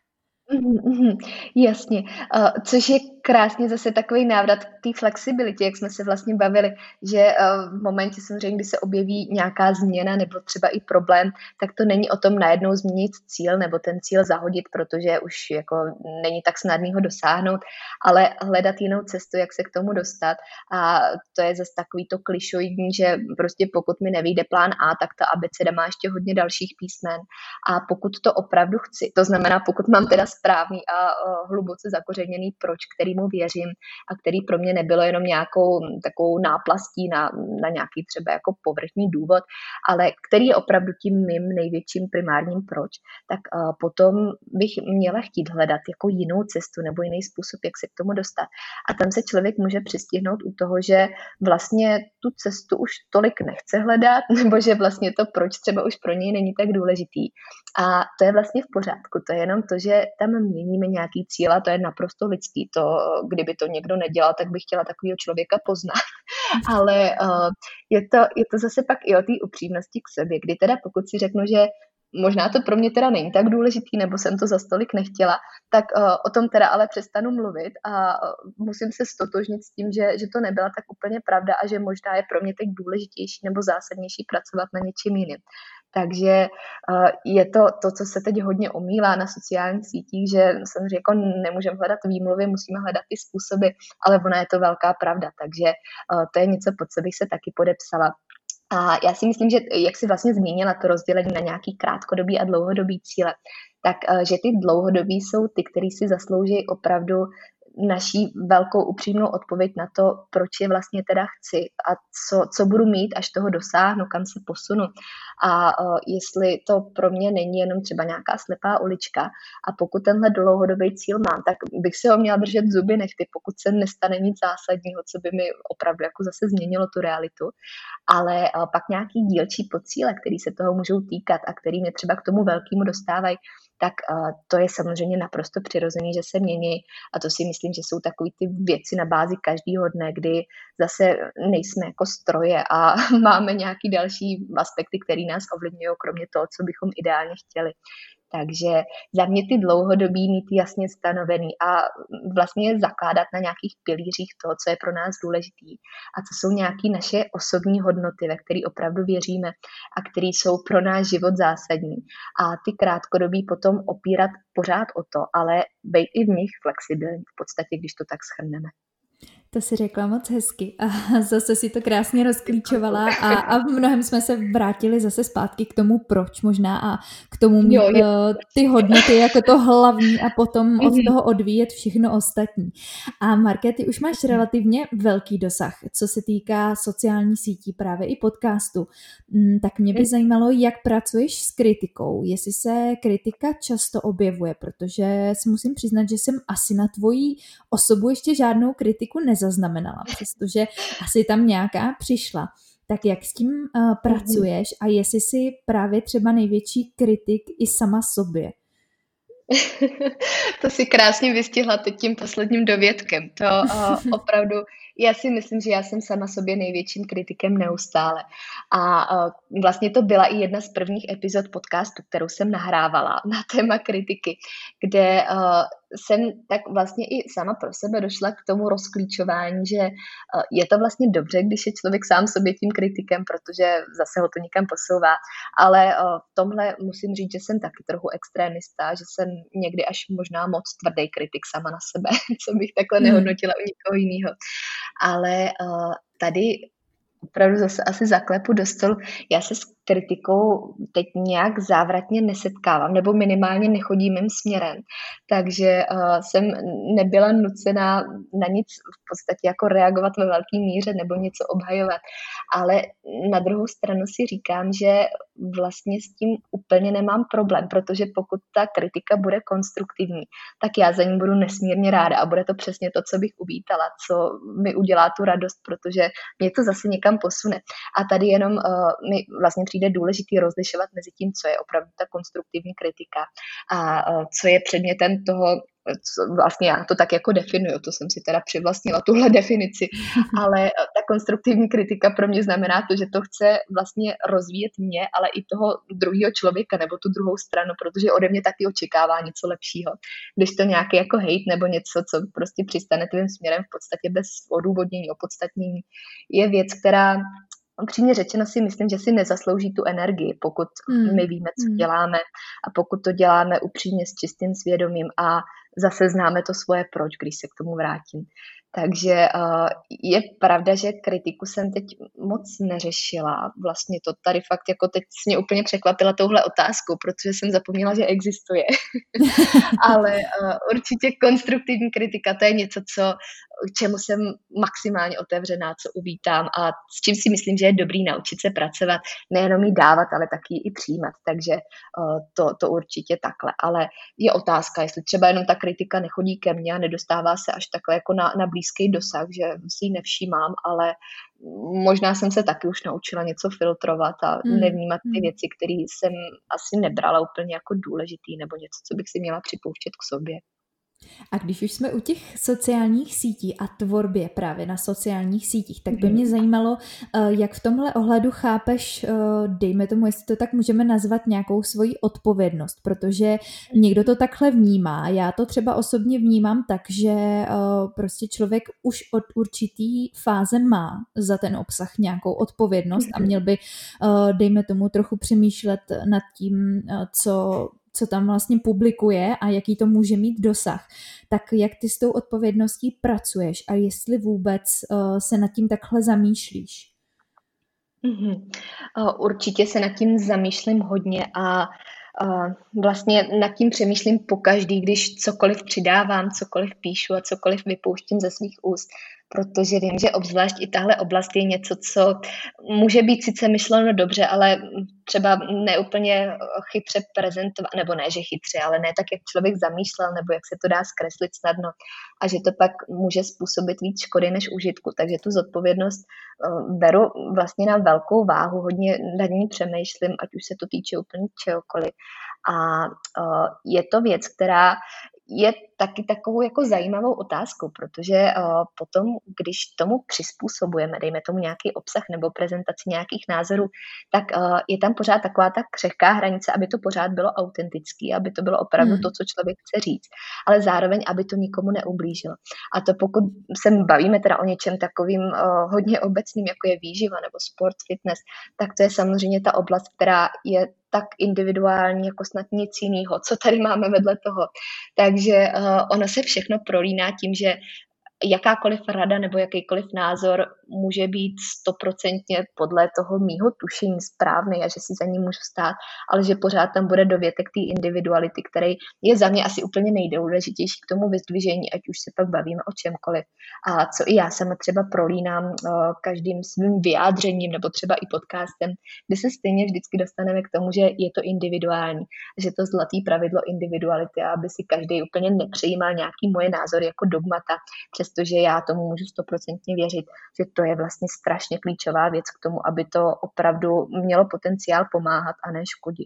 Jasně, což je krásně zase takový návrat k té flexibilitě, jak jsme se vlastně bavili, že v momentě samozřejmě, kdy se objeví nějaká změna nebo třeba i problém, tak to není o tom najednou změnit cíl nebo ten cíl zahodit, protože už jako není tak snadný ho dosáhnout, ale hledat jinou cestu, jak se k tomu dostat. A to je zase takový to klišoidní, že prostě pokud mi nevyjde plán A, tak ta abeceda má ještě hodně dalších písmen. A pokud to opravdu chci, to znamená, pokud mám teda správný a hluboce zakořeněný proč, který kterýmu věřím a který pro mě nebylo jenom nějakou takovou náplastí na nějaký třeba jako povrchní důvod, ale který je opravdu tím mým největším primárním proč, tak potom bych měla chtít hledat jako jinou cestu nebo jiný způsob, jak se k tomu dostat. A tam se člověk může přistihnout u toho, že vlastně tu cestu už tolik nechce hledat, nebo že vlastně to proč třeba už pro něj není tak důležitý. A to je vlastně v pořádku. To je jenom to, že tam měníme nějaký cíl a to je naprosto lidský. To, kdyby to někdo nedělal, tak bych chtěla takového člověka poznat. Ale je to zase pak i o té upřímnosti k sobě, kdy teda pokud si řeknu, že možná to pro mě teda není tak důležitý, nebo jsem to za stolik nechtěla, tak o tom teda ale přestanu mluvit a musím se stotožnit s tím, že to nebyla tak úplně pravda a že možná je pro mě teď důležitější nebo zásadnější pracovat na něčím jiným. Takže je to, co se teď hodně omílá na sociálních sítích, že samozřejmě jako nemůžeme hledat výmluvy, musíme hledat ty způsoby, ale ona je to velká pravda, takže to je něco, pod co bych se taky podepsala. A já si myslím, že jak jsi vlastně zmínila to rozdělení na nějaký krátkodobý a dlouhodobý cíle, tak že ty dlouhodobí jsou ty, který si zaslouží opravdu naší velkou upřímnou odpověď na to, proč je vlastně teda chci a co budu mít, až toho dosáhnu, kam se posunu. A jestli to pro mě není jenom třeba nějaká slepá ulička a pokud tenhle dlouhodobý cíl mám, tak bych si ho měla držet zuby nechty, pokud se nestane nic zásadního, co by mi opravdu jako zase změnilo tu realitu. Ale pak nějaký dílčí podcíle, který se toho můžou týkat a který mě třeba k tomu velkému dostávají, tak to je samozřejmě naprosto přirozený, že se mění a to si myslím, že jsou takové ty věci na bázi každého dne, kdy zase nejsme jako stroje a máme nějaký další aspekty, které nás ovlivňují, kromě toho, co bychom ideálně chtěli. Takže za mě ty dlouhodobí mít jasně stanovený a vlastně zakládat na nějakých pilířích toho, co je pro nás důležitý a co jsou nějaké naše osobní hodnoty, ve které opravdu věříme a které jsou pro náš život zásadní. A ty krátkodobí potom opírat pořád o to, ale být i v nich flexibilní v podstatě, když to tak shrneme. To si řekla moc hezky a zase si to krásně rozklíčovala a v mnohem jsme se vrátili zase zpátky k tomu proč možná a k tomu mít ty hodnoty jako to hlavní a potom od toho odvíjet všechno ostatní. A Marké, ty už máš relativně velký dosah, co se týká sociální sítí, právě i podcastu. Tak mě by zajímalo, jak pracuješ s kritikou, jestli se kritika často objevuje, protože si musím přiznat, že jsem asi na tvoji osobu ještě žádnou kritiku nezaznamenala, přestože asi tam nějaká přišla. Tak jak s tím pracuješ a jestli jsi právě třeba největší kritik i sama sobě? To si krásně vystihla teď tím posledním dovědkem. To opravdu, já si myslím, že já jsem sama sobě největším kritikem neustále. A vlastně to byla i jedna z prvních epizod podcastu, kterou jsem nahrávala na téma kritiky, kde jsem tak vlastně i sama pro sebe došla k tomu rozklíčování, že je to vlastně dobře, když je člověk sám sobě tím kritikem, protože zase ho to nikam posouvá, ale v tomhle musím říct, že jsem taky trochu extrémista, že jsem někdy až možná moc tvrdý kritik sama na sebe, co bych takhle nehodnotila u nikoho jiného. Ale tady opravdu zase asi zaklepu do stolu. Já se s kritikou teď nějak závratně nesetkávám, nebo minimálně nechodím mým směrem. Takže jsem nebyla nucená na nic v podstatě jako reagovat ve velké míře nebo něco obhajovat. Ale na druhou stranu si říkám, že vlastně s tím úplně nemám problém, protože pokud ta kritika bude konstruktivní, tak já za ní budu nesmírně ráda a bude to přesně to, co bych uvítala, co mi udělá tu radost, protože mě to zase někam posune. A tady jenom mi vlastně přijde důležitý rozlišovat mezi tím, co je opravdu ta konstruktivní kritika a co je předmětem toho, co vlastně já to tak jako definuju, to jsem si teda přivlastnila tuhle definici, ale ta konstruktivní kritika pro mě znamená to, že to chce vlastně rozvíjet mě, ale i toho druhého člověka nebo tu druhou stranu, protože ode mě taky očekává něco lepšího. Když to nějaký jako hejt nebo něco, co prostě přistane tvým směrem v podstatě bez odůvodnění, opodstatnění, je věc, která upřímně řečeno si myslím, že si nezaslouží tu energii, pokud my víme, co děláme a pokud to děláme upřímně s čistým svědomím a zase známe to svoje proč, když se k tomu vrátím. Takže je pravda, že kritiku jsem teď moc neřešila. Vlastně to tady fakt jako teď mě úplně překvapila touhle otázkou, protože jsem zapomněla, že existuje. Ale určitě konstruktivní kritika, to je něco, čemu jsem maximálně otevřená, co uvítám a s čím si myslím, že je dobrý naučit se pracovat, nejenom ji dávat, ale taky i přijímat. Takže to určitě takhle. Ale je otázka, jestli třeba jenom ta kritika nechodí ke mně a nedostává se až takhle jako na blízký dosah, že si ji nevšímám, ale možná jsem se taky už naučila něco filtrovat a nevnímat ty věci, které jsem asi nebrala úplně jako důležitý nebo něco, co bych si měla připouštět k sobě. A když už jsme u těch sociálních sítí a tvorbě právě na sociálních sítích, tak by mě zajímalo, jak v tomhle ohledu chápeš, dejme tomu, jestli to tak můžeme nazvat, nějakou svoji odpovědnost, protože někdo to takhle vnímá. Já to třeba osobně vnímám tak, že prostě člověk už od určitý fáze má za ten obsah nějakou odpovědnost a měl by, dejme tomu, trochu přemýšlet nad tím, co tam vlastně publikuje a jaký to může mít dosah. Tak jak ty s tou odpovědností pracuješ a jestli vůbec se nad tím takhle zamýšlíš? Určitě se nad tím zamýšlím hodně a vlastně nad tím přemýšlím pokaždý, když cokoliv přidávám, cokoliv píšu a cokoliv vypouštím ze svých úst, protože vím, že obzvlášť i tahle oblast je něco, co může být sice myšleno dobře, ale třeba neúplně chytře prezentovat, nebo ne, že chytře, ale ne tak, jak člověk zamýšlel, nebo jak se to dá zkreslit snadno a že to pak může způsobit víc škody než užitku. Takže tu zodpovědnost beru vlastně na velkou váhu, hodně nad ní přemýšlím, ať už se to týče úplně čehokoliv. A je to věc, která je taky takovou jako zajímavou otázkou, protože potom, když tomu přizpůsobujeme, dejme tomu nějaký obsah nebo prezentaci nějakých názorů, tak je tam pořád taková ta křehká hranice, aby to pořád bylo autentický, aby to bylo opravdu to, co člověk chce říct, ale zároveň, aby to nikomu neublížilo. A to pokud se bavíme teda o něčem takovým hodně obecným, jako je výživa nebo sport, fitness, tak to je samozřejmě ta oblast, která je tak individuální, jako snad nic jiného, co tady máme vedle toho. Takže ono se všechno prolíná tím, že jakákoliv rada nebo jakýkoliv názor může být 100% podle toho mýho tušení správný a že si za ním můžu stát, ale že pořád tam bude dovětek té individuality, který je za mě asi úplně nejdůležitější k tomu vyzdvižení, ať už se pak bavíme o čemkoliv. A co i já sama třeba prolínám každým svým vyjádřením nebo třeba i podcastem, kdy se stejně vždycky dostaneme k tomu, že je to individuální, že to zlatý pravidlo individuality, aby si každý úplně nepřijímal nějaký moje názory jako dogmata, přestože já tomu můžu 100% věřit, že to je vlastně strašně klíčová věc k tomu, aby to opravdu mělo potenciál pomáhat a ne škodit.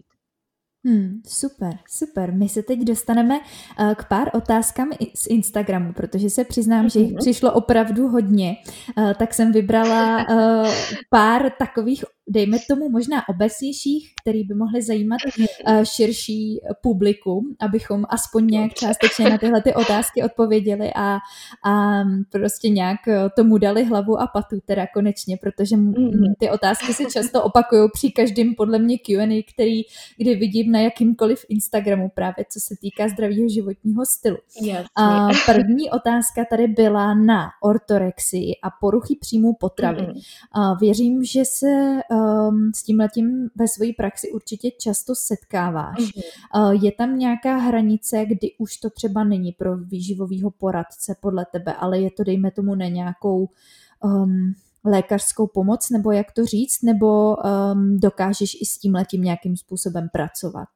Super. My se teď dostaneme k pár otázkám z Instagramu, protože se přiznám, že jich přišlo opravdu hodně, tak jsem vybrala pár takových, dejme tomu možná obecnějších, který by mohly zajímat širší publikum, abychom aspoň nějak částečně na tyhle ty otázky odpověděli a prostě nějak tomu dali hlavu a patu teda konečně, protože ty otázky se často opakují při každém podle mě Q&A, kdy vidím na jakýmkoliv Instagramu právě, co se týká zdravého životního stylu. A první otázka tady byla na ortorexii a poruchy příjmu potravy. Věřím, že se s tímhletím ve své praxi určitě často setkáváš. Je tam nějaká hranice, kdy už to třeba není pro výživovýho poradce podle tebe, ale je to, dejme tomu, na nějakou lékařskou pomoc, nebo jak to říct, nebo dokážeš i s tímhletím nějakým způsobem pracovat?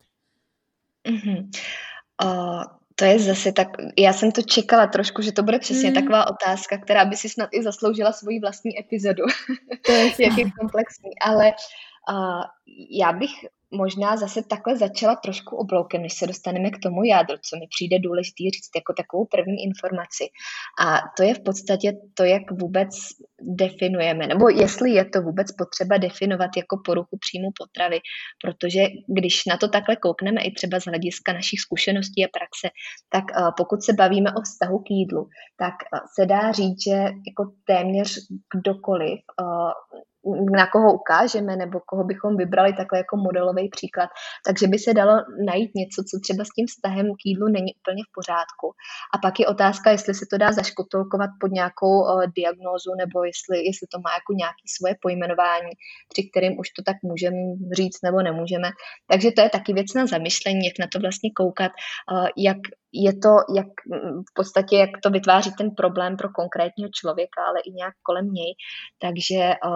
To je zase tak, já jsem to čekala trošku, že to bude přesně taková otázka, která by si snad i zasloužila svoji vlastní epizodu, jak je komplexní, ale já bych možná zase takhle začala trošku obloukem, než se dostaneme k tomu jádru, co mi přijde důležitý říct jako takovou první informaci. A to je v podstatě to, jak vůbec definujeme, nebo jestli je to vůbec potřeba definovat jako poruchu příjmu potravy, protože když na to takhle koukneme i třeba z hlediska našich zkušeností a praxe, tak pokud se bavíme o vztahu k jídlu, tak se dá říct, že jako téměř kdokoliv na koho ukážeme nebo koho bychom vybrali takhle jako modelový příklad, takže by se dalo najít něco, co třeba s tím vztahem k jídlu není úplně v pořádku. A pak je otázka, jestli se to dá zaškotulkovat pod nějakou diagnózu nebo jestli to má jako nějaké svoje pojmenování, při kterým už to tak můžeme říct nebo nemůžeme. Takže to je taky věc na zamyšlení, jak na to vlastně koukat, jak je to, jak v podstatě, jak to vytváří ten problém pro konkrétního člověka, ale i nějak kolem něj. Takže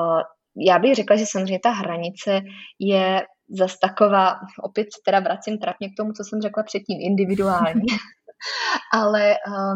já bych řekla, že samozřejmě ta hranice je zas taková, opět teda vracím trapně k tomu, co jsem řekla předtím, individuální, ale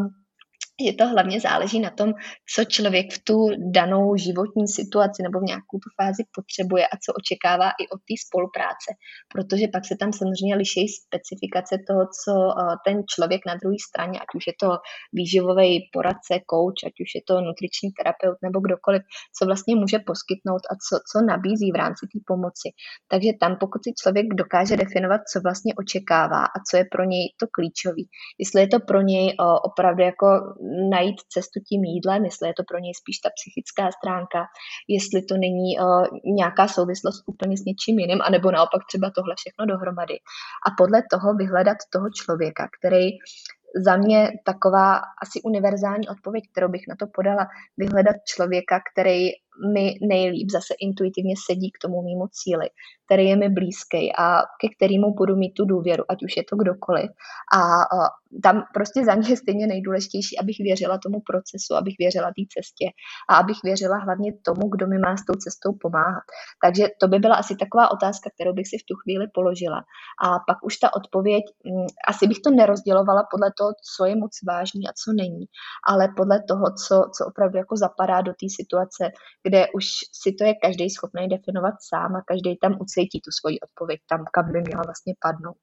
je to hlavně záleží na tom, co člověk v tu danou životní situaci nebo v nějakou tu fázi potřebuje a co očekává i od té spolupráce. Protože pak se tam samozřejmě liší specifikace toho, co ten člověk na druhé straně, ať už je to výživový poradce, coach, ať už je to nutriční terapeut nebo kdokoliv, co vlastně může poskytnout a co nabízí v rámci té pomoci. Takže tam, pokud si člověk dokáže definovat, co vlastně očekává a co je pro něj to klíčový, jestli je to pro něj opravdu jako najít cestu tím jídlem, jestli je to pro něj spíš ta psychická stránka, jestli to není nějaká souvislost úplně s něčím jiným, anebo naopak třeba tohle všechno dohromady. A podle toho vyhledat toho člověka, který za mě taková asi univerzální odpověď, kterou bych na to podala, vyhledat člověka, který mi nejlíp zase intuitivně sedí k tomu mému cíli, který je mi blízký a ke kterému budu mít tu důvěru, ať už je to kdokoliv. A tam prostě za mě je stejně nejdůležitější, abych věřila tomu procesu, abych věřila té cestě a abych věřila hlavně tomu, kdo mi má s tou cestou pomáhat. Takže to by byla asi taková otázka, kterou bych si v tu chvíli položila. A pak už ta odpověď, asi bych to nerozdělovala podle toho, co je moc vážný a co není, ale podle toho, co opravdu jako zapadá do té situace, kde už si to je každý schopný definovat sám a každý tam ucítí tu svoji odpověď tam, kam by měla vlastně padnout.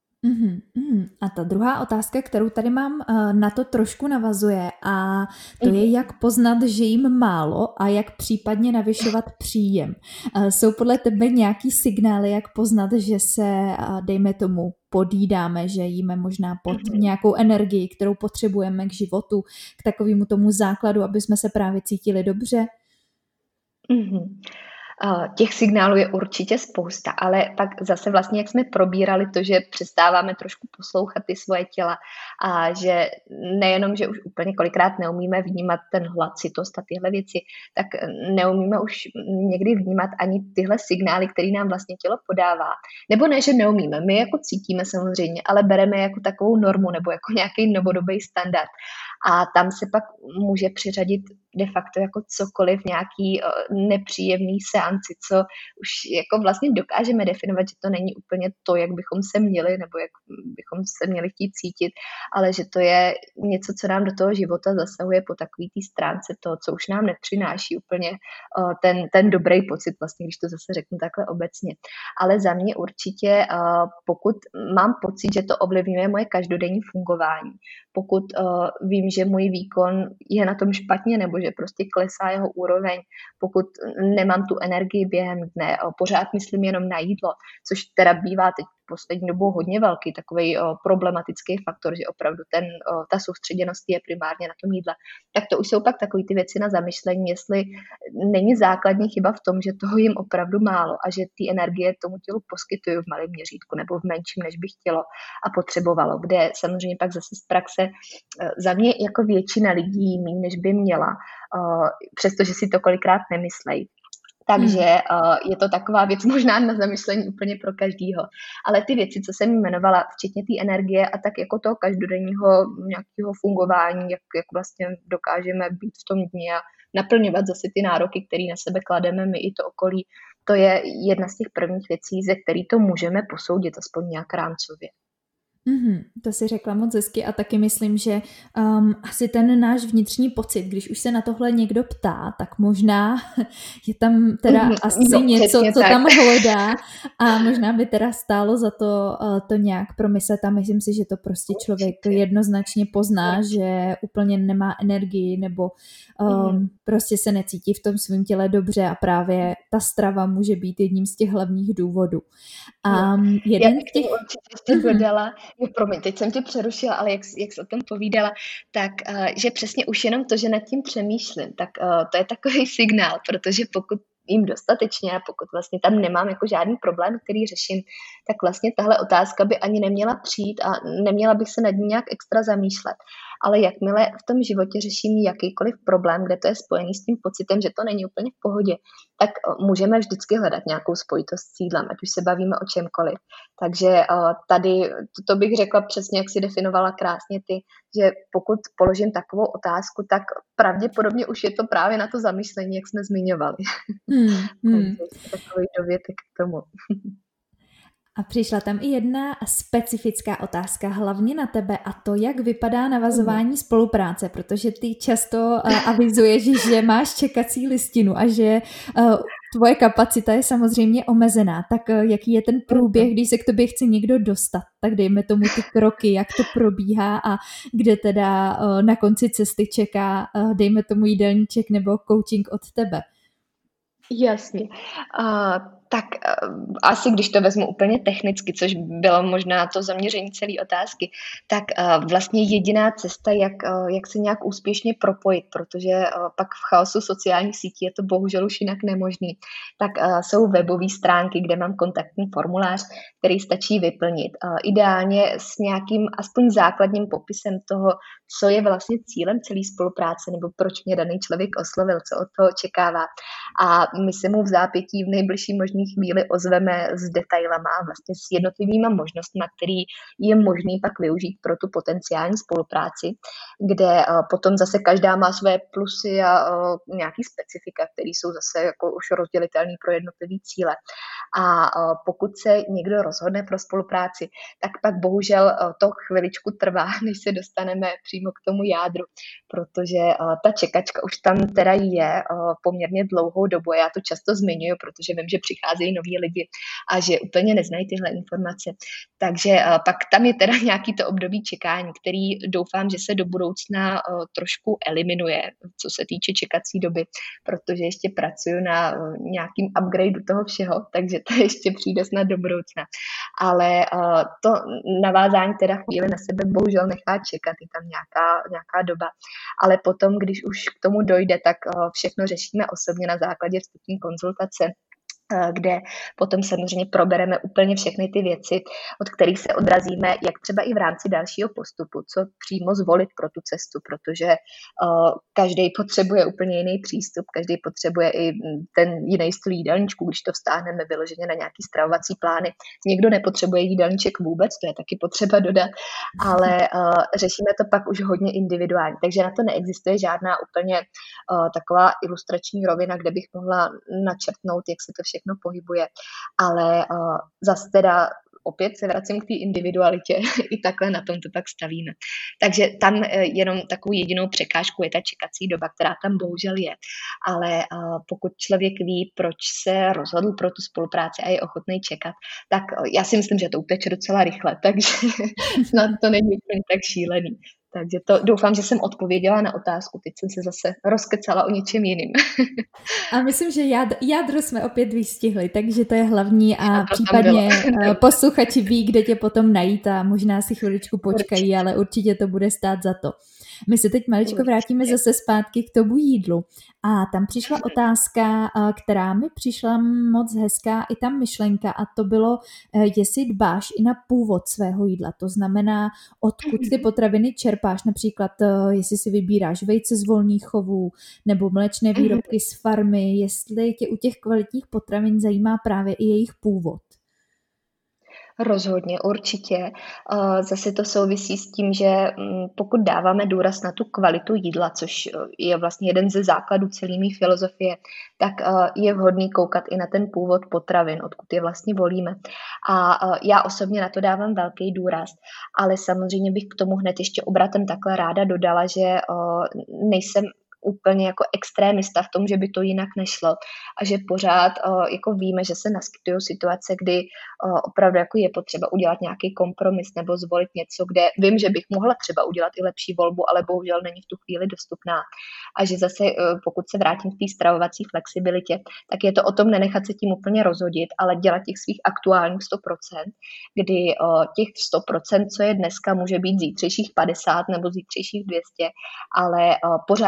A ta druhá otázka, kterou tady mám, na to trošku navazuje a to je, jak poznat, že jim málo a jak případně navyšovat příjem. Jsou podle tebe nějaký signály, jak poznat, že se, dejme tomu, podjídáme, že jíme možná pod nějakou energii, kterou potřebujeme k životu, k takovému tomu základu, aby jsme se právě cítili dobře? Těch signálů je určitě spousta, ale pak zase vlastně, jak jsme probírali to, že přestáváme trošku poslouchat ty svoje těla a že nejenom, že už úplně kolikrát neumíme vnímat ten hlad, sytost a tyhle věci, tak neumíme už někdy vnímat ani tyhle signály, které nám vlastně tělo podává. Nebo ne, že neumíme, my jako cítíme samozřejmě, ale bereme jako takovou normu nebo jako nějaký novodobý standard. A tam se pak může přiřadit de facto jako cokoliv, nějaký nepříjemný seanci, co už jako vlastně dokážeme definovat, že to není úplně to, jak bychom se měli, nebo jak bychom se měli chtít cítit, ale že to je něco, co nám do toho života zasahuje po takový té stránce toho, co už nám nepřináší úplně ten dobrý pocit, vlastně, když to zase řeknu takhle obecně. Ale za mě určitě, pokud mám pocit, že to ovlivňuje moje každodenní fungování, pokud vím, že můj výkon je na tom špatně, nebo že prostě klesá jeho úroveň, pokud nemám tu energii během dne, pořád myslím jenom na jídlo, což teda bývá teď poslední dobou hodně velký takový problematický faktor, že opravdu ta soustředěnost je primárně na tom jídle. Tak to už jsou pak takový ty věci na zamyšlení, jestli není základní chyba v tom, že toho jim opravdu málo a že ty energie tomu tělu poskytuju v malém měřítku nebo v menším, než by chtělo a potřebovalo, kde samozřejmě pak zase z praxe za mě jako většina lidí méně, než by měla, přestože si to kolikrát nemyslejí. Takže je to taková věc možná na zamyšlení úplně pro každýho. Ale ty věci, co jsem jmenovala, včetně té energie a tak jako toho každodenního nějakého fungování, jak vlastně dokážeme být v tom dni a naplňovat zase ty nároky, které na sebe klademe my i to okolí, to je jedna z těch prvních věcí, ze který to můžeme posoudit aspoň nějak rámcově. To si řekla moc hezky a taky myslím, že asi ten náš vnitřní pocit, když už se na tohle někdo ptá, tak možná je tam teda asi něco, co tam hledá a možná by teda stálo za to nějak promyslet a myslím si, že to prostě člověk jednoznačně pozná, že úplně nemá energii nebo prostě se necítí v tom svém těle dobře a právě ta strava může být jedním z těch hlavních důvodů. A jeden z těch... Určitě dodala, promiň, teď jsem tě přerušila, ale jak jsi o tom povídala, tak že přesně už jenom to, že nad tím přemýšlím, tak to je takový signál, protože pokud jím dostatečně a pokud vlastně tam nemám jako žádný problém, který řeším, tak vlastně tahle otázka by ani neměla přijít a neměla bych se nad ní nějak extra zamýšlet. Ale jakmile v tom životě řeším jakýkoliv problém, kde to je spojený s tím pocitem, že to není úplně v pohodě, tak můžeme vždycky hledat nějakou spojitost s jídlem, ať už se bavíme o čemkoliv. Takže tady to bych řekla přesně, jak si definovala krásně ty, že pokud položím takovou otázku, tak pravděpodobně už je to právě na to zamyšlení, jak jsme zmiňovali. Takže takový dovětek k tomu. A přišla tam i jedna specifická otázka, hlavně na tebe, a to, jak vypadá navazování spolupráce, protože ty často avizuješ, že máš čekací listinu a že tvoje kapacita je samozřejmě omezená. Tak jaký je ten průběh, když se k tobě chce někdo dostat? Tak dejme tomu ty kroky, jak to probíhá a kde teda na konci cesty čeká, dejme tomu jídelníček nebo coaching od tebe. Jasně. Tak asi když to vezmu úplně technicky, což bylo možná to zaměření celé otázky, tak vlastně jediná cesta, jak se nějak úspěšně propojit, protože pak v chaosu sociálních sítí je to bohužel už jinak nemožný, tak jsou webové stránky, kde mám kontaktní formulář, který stačí vyplnit. Ideálně s nějakým aspoň základním popisem toho, co je vlastně cílem celé spolupráce, nebo proč mě daný člověk oslovil, co od toho očekává. A my se mu v zápětí v nejbližší možné chvíli ozveme s detailama a vlastně s jednotlivými možnostmi, který je možný pak využít pro tu potenciální spolupráci, kde potom zase každá má své plusy a nějaký specifika, které jsou zase jako už rozdělitelné pro jednotlivé cíle. A pokud se někdo rozhodne pro spolupráci, tak pak bohužel to chviličku trvá, než se dostaneme přímo k tomu jádru, protože ta čekačka už tam teda je poměrně dlouhou dobu. Já to často zmiňuji, protože vím, že přicházejí noví lidi a že úplně neznají tyhle informace. Takže pak tam je teda nějaký to období čekání, který doufám, že se do budoucna trošku eliminuje, co se týče čekací doby, protože ještě pracuji na nějakým upgradeu toho všeho, takže to ještě přijde snad do budoucna. Ale to navázání teda chvíli na sebe bohužel nechá čekat, je tam nějaká doba. Ale potom, když už k tomu dojde, tak všechno řešíme osobně na základě vstupní konzultace, kde potom samozřejmě probereme úplně všechny ty věci, od kterých se odrazíme, jak třeba i v rámci dalšího postupu, co přímo zvolit pro tu cestu, protože každý potřebuje úplně jiný přístup, každý potřebuje i ten jiný styl jídelníčku, když to vztáhneme vyloženě na nějaký stravovací plány. Někdo nepotřebuje jídelníček vůbec, to je taky potřeba dodat, ale řešíme to pak už hodně individuálně, takže na to neexistuje žádná úplně taková ilustrační rovina, kde bych mohla načrtnout, jak se to všechno pohybuje, ale zase teda opět se vracím k té individualitě, i takhle na tom to pak stavíme. Takže tam jenom takovou jedinou překážku je ta čekací doba, která tam bohužel je. Ale pokud člověk ví, proč se rozhodl pro tu spolupráci a je ochotný čekat, tak já si myslím, že to uteče docela rychle, takže snad to není úplně tak šílený. Takže to doufám, že jsem odpověděla na otázku. Teď jsem se zase rozkecala o něčem jiným. A myslím, že jádro jsme opět vystihli, takže to je hlavní a případně posluchači ví, kde tě potom najít a možná si chviličku počkají, ale určitě to bude stát za to. My se teď maličko vrátíme zase zpátky k tomu jídlu. A tam přišla otázka, která mi přišla moc hezká, i tam myšlenka, a to bylo, jestli dbáš i na původ svého jídla. To znamená, odkud ty potraviny čerpáš, například jestli si vybíráš vejce z volných chovů nebo mléčné výrobky z farmy, jestli tě u těch kvalitních potravin zajímá právě i jejich původ. Rozhodně, určitě. Zase to souvisí s tím, že pokud dáváme důraz na tu kvalitu jídla, což je vlastně jeden ze základů celé mé filozofie, tak je vhodný koukat i na ten původ potravin, odkud je vlastně volíme. A já osobně na to dávám velký důraz, ale samozřejmě bych k tomu hned ještě obratem takhle ráda dodala, že nejsem úplně jako extrémista v tom, že by to jinak nešlo a že pořád jako víme, že se naskytují situace, kdy opravdu jako je potřeba udělat nějaký kompromis nebo zvolit něco, kde vím, že bych mohla třeba udělat i lepší volbu, ale bohužel není v tu chvíli dostupná. A že zase pokud se vrátím k té stravovací flexibilitě, tak je to o tom nenechat se tím úplně rozhodit, ale dělat těch svých aktuálních 100%, kdy těch 100%, co je dneska, může být zítřejších 50 nebo zítřejších 200, ale pořád těch aktuálních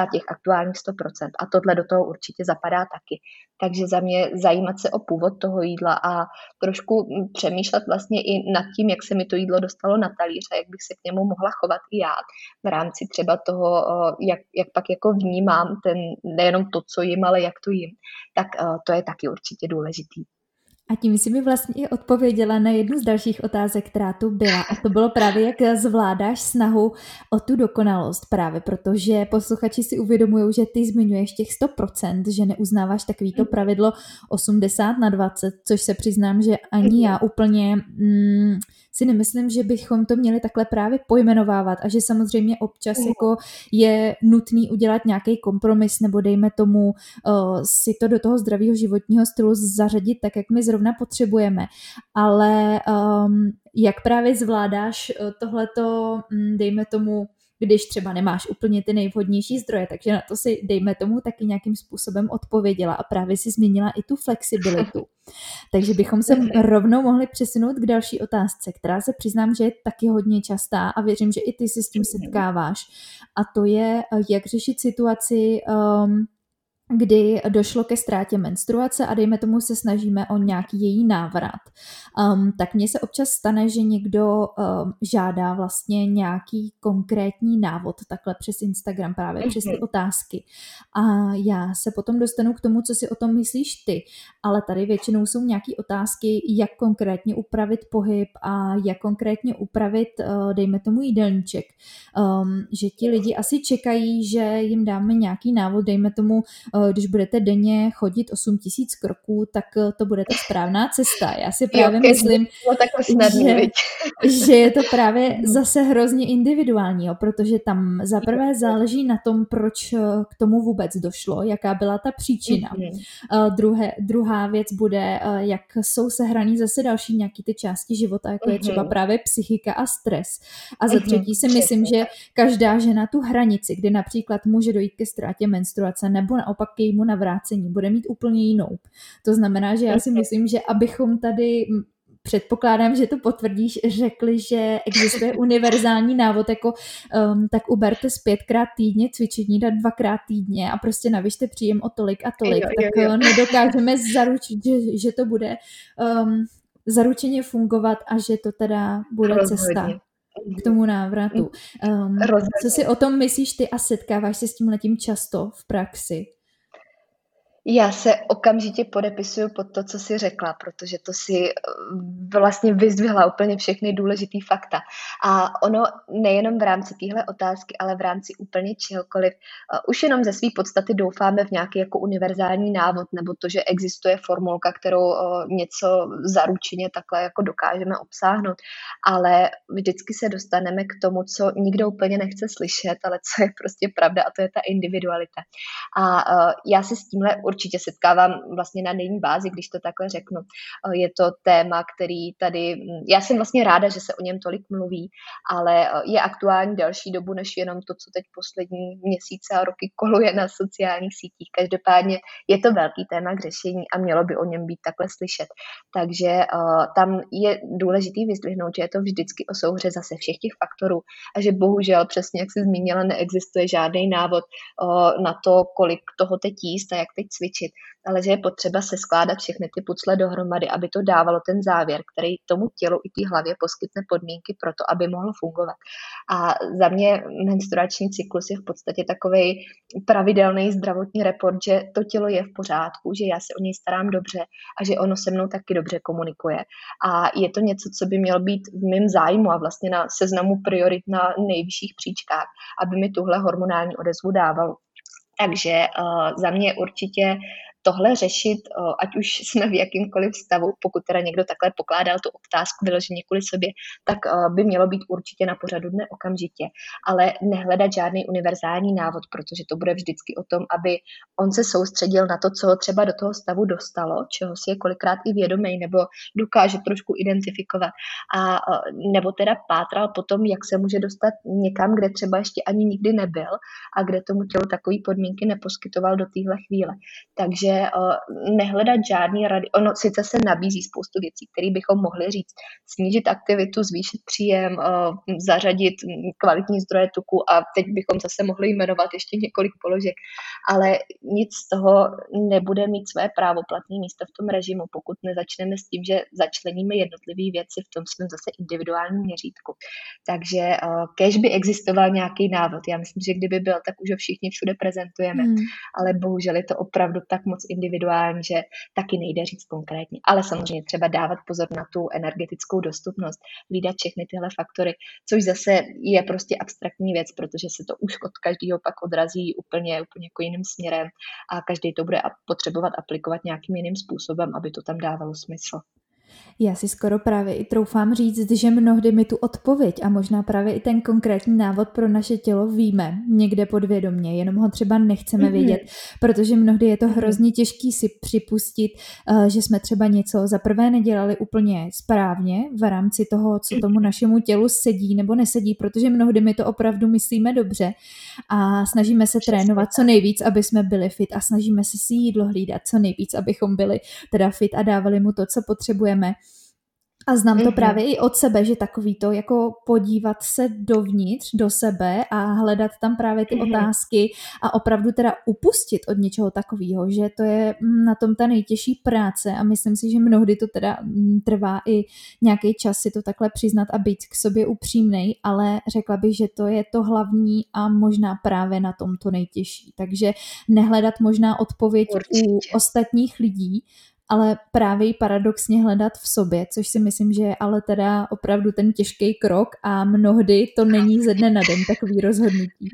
aktuálních 100%. A tohle do toho určitě zapadá taky. Takže za mě zajímat se o původ toho jídla a trošku přemýšlet vlastně i nad tím, jak se mi to jídlo dostalo na talíř a jak bych se k němu mohla chovat i já v rámci třeba toho, jak pak jako vnímám nejenom to, co jím, ale jak to jím, tak to je taky určitě důležitý. A tím si mi vlastně i odpověděla na jednu z dalších otázek, která tu byla. A to bylo právě, jak zvládáš snahu o tu dokonalost právě, protože posluchači si uvědomují, že ty zmiňuješ těch 100%, že neuznáváš takový to pravidlo 80/20, což se přiznám, že ani já úplně si nemyslím, že bychom to měli takhle právě pojmenovávat a že samozřejmě občas jako je nutný udělat nějaký kompromis nebo dejme tomu si to do toho zdravého životního stylu zařadit tak, jak my zrovna potřebujeme. Ale jak právě zvládáš tohleto, dejme tomu, když třeba nemáš úplně ty nejvhodnější zdroje, takže na to si, dejme tomu, taky nějakým způsobem odpověděla a právě si zmínila i tu flexibilitu. Takže bychom se rovnou mohli přesunout k další otázce, která se přiznám, že je taky hodně častá a věřím, že i ty se s tím setkáváš. A to je, jak řešit situaci, kdy došlo ke ztrátě menstruace a dejme tomu se snažíme o nějaký její návrat. Tak mně se občas stane, že někdo žádá vlastně nějaký konkrétní návod takhle přes Instagram, právě přes ty otázky. A já se potom dostanu k tomu, co si o tom myslíš ty. Ale tady většinou jsou nějaké otázky, jak konkrétně upravit pohyb a jak konkrétně upravit, dejme tomu, jídelníček. Že ti lidi asi čekají, že jim dáme nějaký návod, dejme tomu, když budete denně chodit 8000 kroků, tak to bude ta správná cesta. Já si právě myslím, že je to právě zase hrozně individuální, protože tam zaprvé záleží na tom, proč k tomu vůbec došlo, jaká byla ta příčina. Druhá věc bude, jak jsou sehraný zase další nějaký ty části života, jako je třeba právě psychika a stres. A za třetí si myslím, že každá žena tu hranici, kdy například může dojít ke ztrátě menstruace nebo naopak k jejímu navrácení, bude mít úplně jinou. To znamená, že já si myslím, že abychom tady, předpokládám, že to potvrdíš, řekli, že existuje univerzální návod, jako tak uberte 5krát týdně cvičení, dát 2krát týdně a prostě navyšte příjem o tolik a tolik, tak nedokážeme zaručit, že to bude zaručeně fungovat a že to teda bude cesta k tomu návratu. Co si o tom myslíš ty a setkáváš se s tímhletím často v praxi? Já se okamžitě podepisuju pod to, co jsi řekla, protože to si vlastně vyzdvihla úplně všechny důležitý fakta. A ono nejenom v rámci téhle otázky, ale v rámci úplně čehokoliv, už jenom ze své podstaty doufáme v nějaký jako univerzální návod, nebo to, že existuje formulka, kterou něco zaručeně takhle jako dokážeme obsáhnout, ale vždycky se dostaneme k tomu, co nikdo úplně nechce slyšet, ale co je prostě pravda, a to je ta individualita. A já se s tímhle určitě setkávám vlastně na denní bázi, když to takhle řeknu. Je to téma, který tady, já jsem vlastně ráda, že se o něm tolik mluví, ale je aktuální delší dobu, než jenom to, co teď poslední měsíce a roky koluje na sociálních sítích. Každopádně je to velký téma k řešení a mělo by o něm být takhle slyšet. Takže tam je důležitý vyzdvihnout, že je to vždycky o souhře zase všech těch faktorů a že bohužel, přesně jak jsi zmínila, neexistuje žádný návod na to, kolik toho teď jíst a jak teď cvičit, ale že je potřeba se skládat všechny ty pucle dohromady, aby to dávalo ten závěr, který tomu tělu i té hlavě poskytne podmínky pro to, aby mohlo fungovat. A za mě menstruační cyklus je v podstatě takovej pravidelný zdravotní report, že to tělo je v pořádku, že já se o něj starám dobře a že ono se mnou taky dobře komunikuje. A je to něco, co by mělo být v mém zájmu a vlastně na seznamu priorit na nejvyšších příčkách, aby mi tuhle hormonální odezvu dávalo. Takže za mě určitě tohle řešit, ať už jsme v jakýmkoliv stavu, pokud teda někdo takhle pokládal tu otázku vyloženě kvůli sobě, tak by mělo být určitě na pořadu dne okamžitě, ale nehledat žádný univerzální návod, protože to bude vždycky o tom, aby on se soustředil na to, co ho třeba do toho stavu dostalo, čeho si je kolikrát i vědomý nebo dokáže trošku identifikovat, a nebo teda pátral po tom, jak se může dostat někam, kde třeba ještě ani nikdy nebyl a kde tomu tělu takový podmínky neposkytoval do téhle chvíle. Takže nehledat žádný rady. Ono sice se nabízí spoustu věcí, které bychom mohli říct. Snížit aktivitu, zvýšit příjem, zařadit kvalitní zdroje tuku a teď bychom zase mohli jmenovat ještě několik položek, ale nic z toho nebude mít své právoplatné místo v tom režimu, pokud nezačneme s tím, že začleníme jednotlivé věci v tom svém zase individuálním měřítku. Takže kéž by existoval nějaký návod. Já myslím, že kdyby byl, tak už ho všichni všude prezentujeme, ale bohužel je to opravdu tak moc individuální, že taky nejde říct konkrétně. Ale samozřejmě třeba dávat pozor na tu energetickou dostupnost, hlídat všechny tyhle faktory, což zase je prostě abstraktní věc, protože se to už od každého pak odrazí úplně jako jiným směrem a každý to bude potřebovat aplikovat nějakým jiným způsobem, aby to tam dávalo smysl. Já si skoro právě i troufám říct, že mnohdy my tu odpověď a možná právě i ten konkrétní návod pro naše tělo víme někde podvědomě, jenom ho třeba nechceme vědět, protože mnohdy je to hrozně těžký si připustit, že jsme třeba něco za prvé nedělali úplně správně v rámci toho, co tomu našemu tělu sedí nebo nesedí, protože mnohdy my to opravdu myslíme dobře a snažíme se trénovat co nejvíc, aby jsme byli fit a snažíme se si jídlo hlídat co nejvíc, abychom byli teda fit a dávali mu to, co potřebujeme. A znám to právě i od sebe, že takový to jako podívat se dovnitř, do sebe a hledat tam právě ty otázky a opravdu teda upustit od něčeho takového, že to je na tom ta nejtěžší práce a myslím si, že mnohdy to teda trvá i nějaký čas si to takhle přiznat a být k sobě upřímnej, ale řekla bych, že to je to hlavní a možná právě na tom to nejtěžší. Takže nehledat možná odpověď u ostatních lidí, ale právě paradoxně hledat v sobě, což si myslím, že je ale teda opravdu ten těžký krok a mnohdy to není ze dne na den takový rozhodnutí.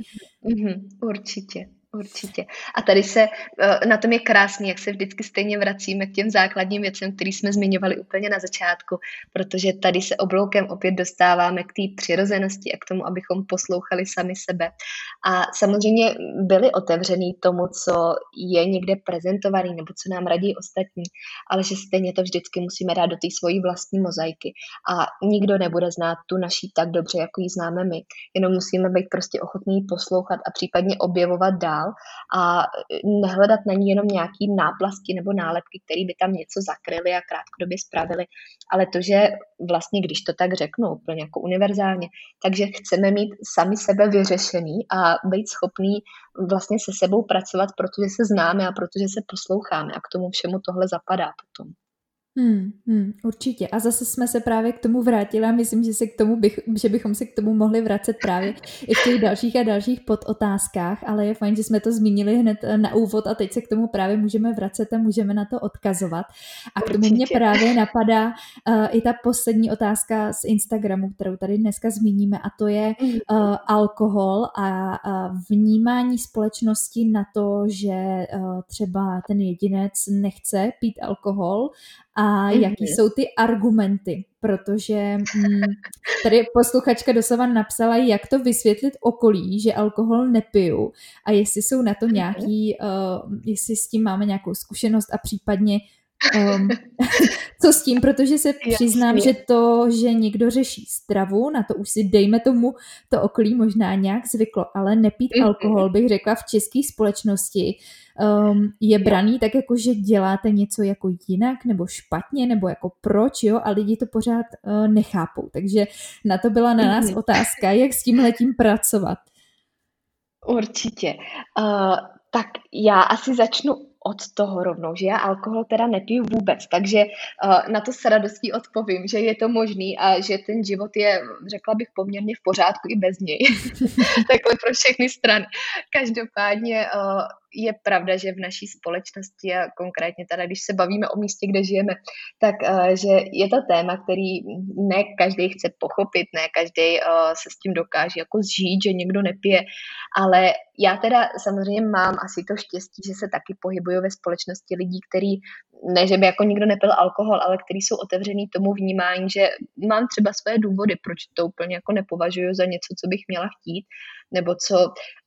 Určitě. Určitě. A tady se na tom je krásný, jak se vždycky stejně vracíme k těm základním věcem, které jsme zmiňovali úplně na začátku, protože tady se obloukem opět dostáváme k té přirozenosti a k tomu, abychom poslouchali sami sebe. A samozřejmě byli otevřený tomu, co je někde prezentovaný nebo co nám radí ostatní, ale že stejně to vždycky musíme dát do té svojí vlastní mozaiky. A nikdo nebude znát tu naší tak dobře, jako ji známe my. Jenom musíme být prostě ochotní poslouchat a případně objevovat dál a nehledat na ní jenom nějaký náplasti nebo nálepky, které by tam něco zakryly a krátkodobě spravily, ale to, že vlastně, když to tak řeknu úplně jako univerzálně, takže chceme mít sami sebe vyřešený a být schopný vlastně se sebou pracovat, protože se známe a protože se posloucháme a k tomu všemu tohle zapadá potom. Určitě. A zase jsme se právě k tomu vrátili a myslím, že bychom se k tomu mohli vracet právě i v těch dalších a dalších podotázkách, ale je fajn, že jsme to zmínili hned na úvod a teď se k tomu právě můžeme vracet a můžeme na to odkazovat. A k tomu mě právě napadá i ta poslední otázka z Instagramu, kterou tady dneska zmíníme, a to je alkohol a vnímání společnosti na to, že třeba ten jedinec nechce pít alkohol a jaký jsou ty argumenty, protože tady posluchačka doslova napsala, jak to vysvětlit okolí, že alkohol nepiju a jestli jsou na to nějaký, jestli s tím máme nějakou zkušenost a případně co s tím, protože se přiznám, že to, že někdo řeší stravu, na to už si dejme tomu to okolí možná nějak zvyklo, ale nepít alkohol, bych řekla, v české společnosti je braný tak jako, že děláte něco jako jinak nebo špatně, nebo jako proč, jo, a lidi to pořád nechápou. Takže na to byla na nás otázka, jak s tímhletím pracovat. Určitě. Tak já asi začnu od toho rovnou, že já alkohol teda nepiju vůbec, takže na to s radostí odpovím, že je to možný a že ten život je, řekla bych, poměrně v pořádku i bez něj. Takhle pro všechny strany. Každopádně je pravda, že v naší společnosti a konkrétně teda, když se bavíme o místě, kde žijeme, tak že je to téma, který ne každý chce pochopit, ne každý se s tím dokáže jako zžít, že někdo nepije, ale já teda samozřejmě mám asi to štěstí, že se taky pohybuju ve společnosti lidí, který, ne že by jako nikdo nepil alkohol, ale který jsou otevřený tomu vnímání, že mám třeba své důvody, proč to úplně jako nepovažuji za něco, co bych měla chtít, nebo co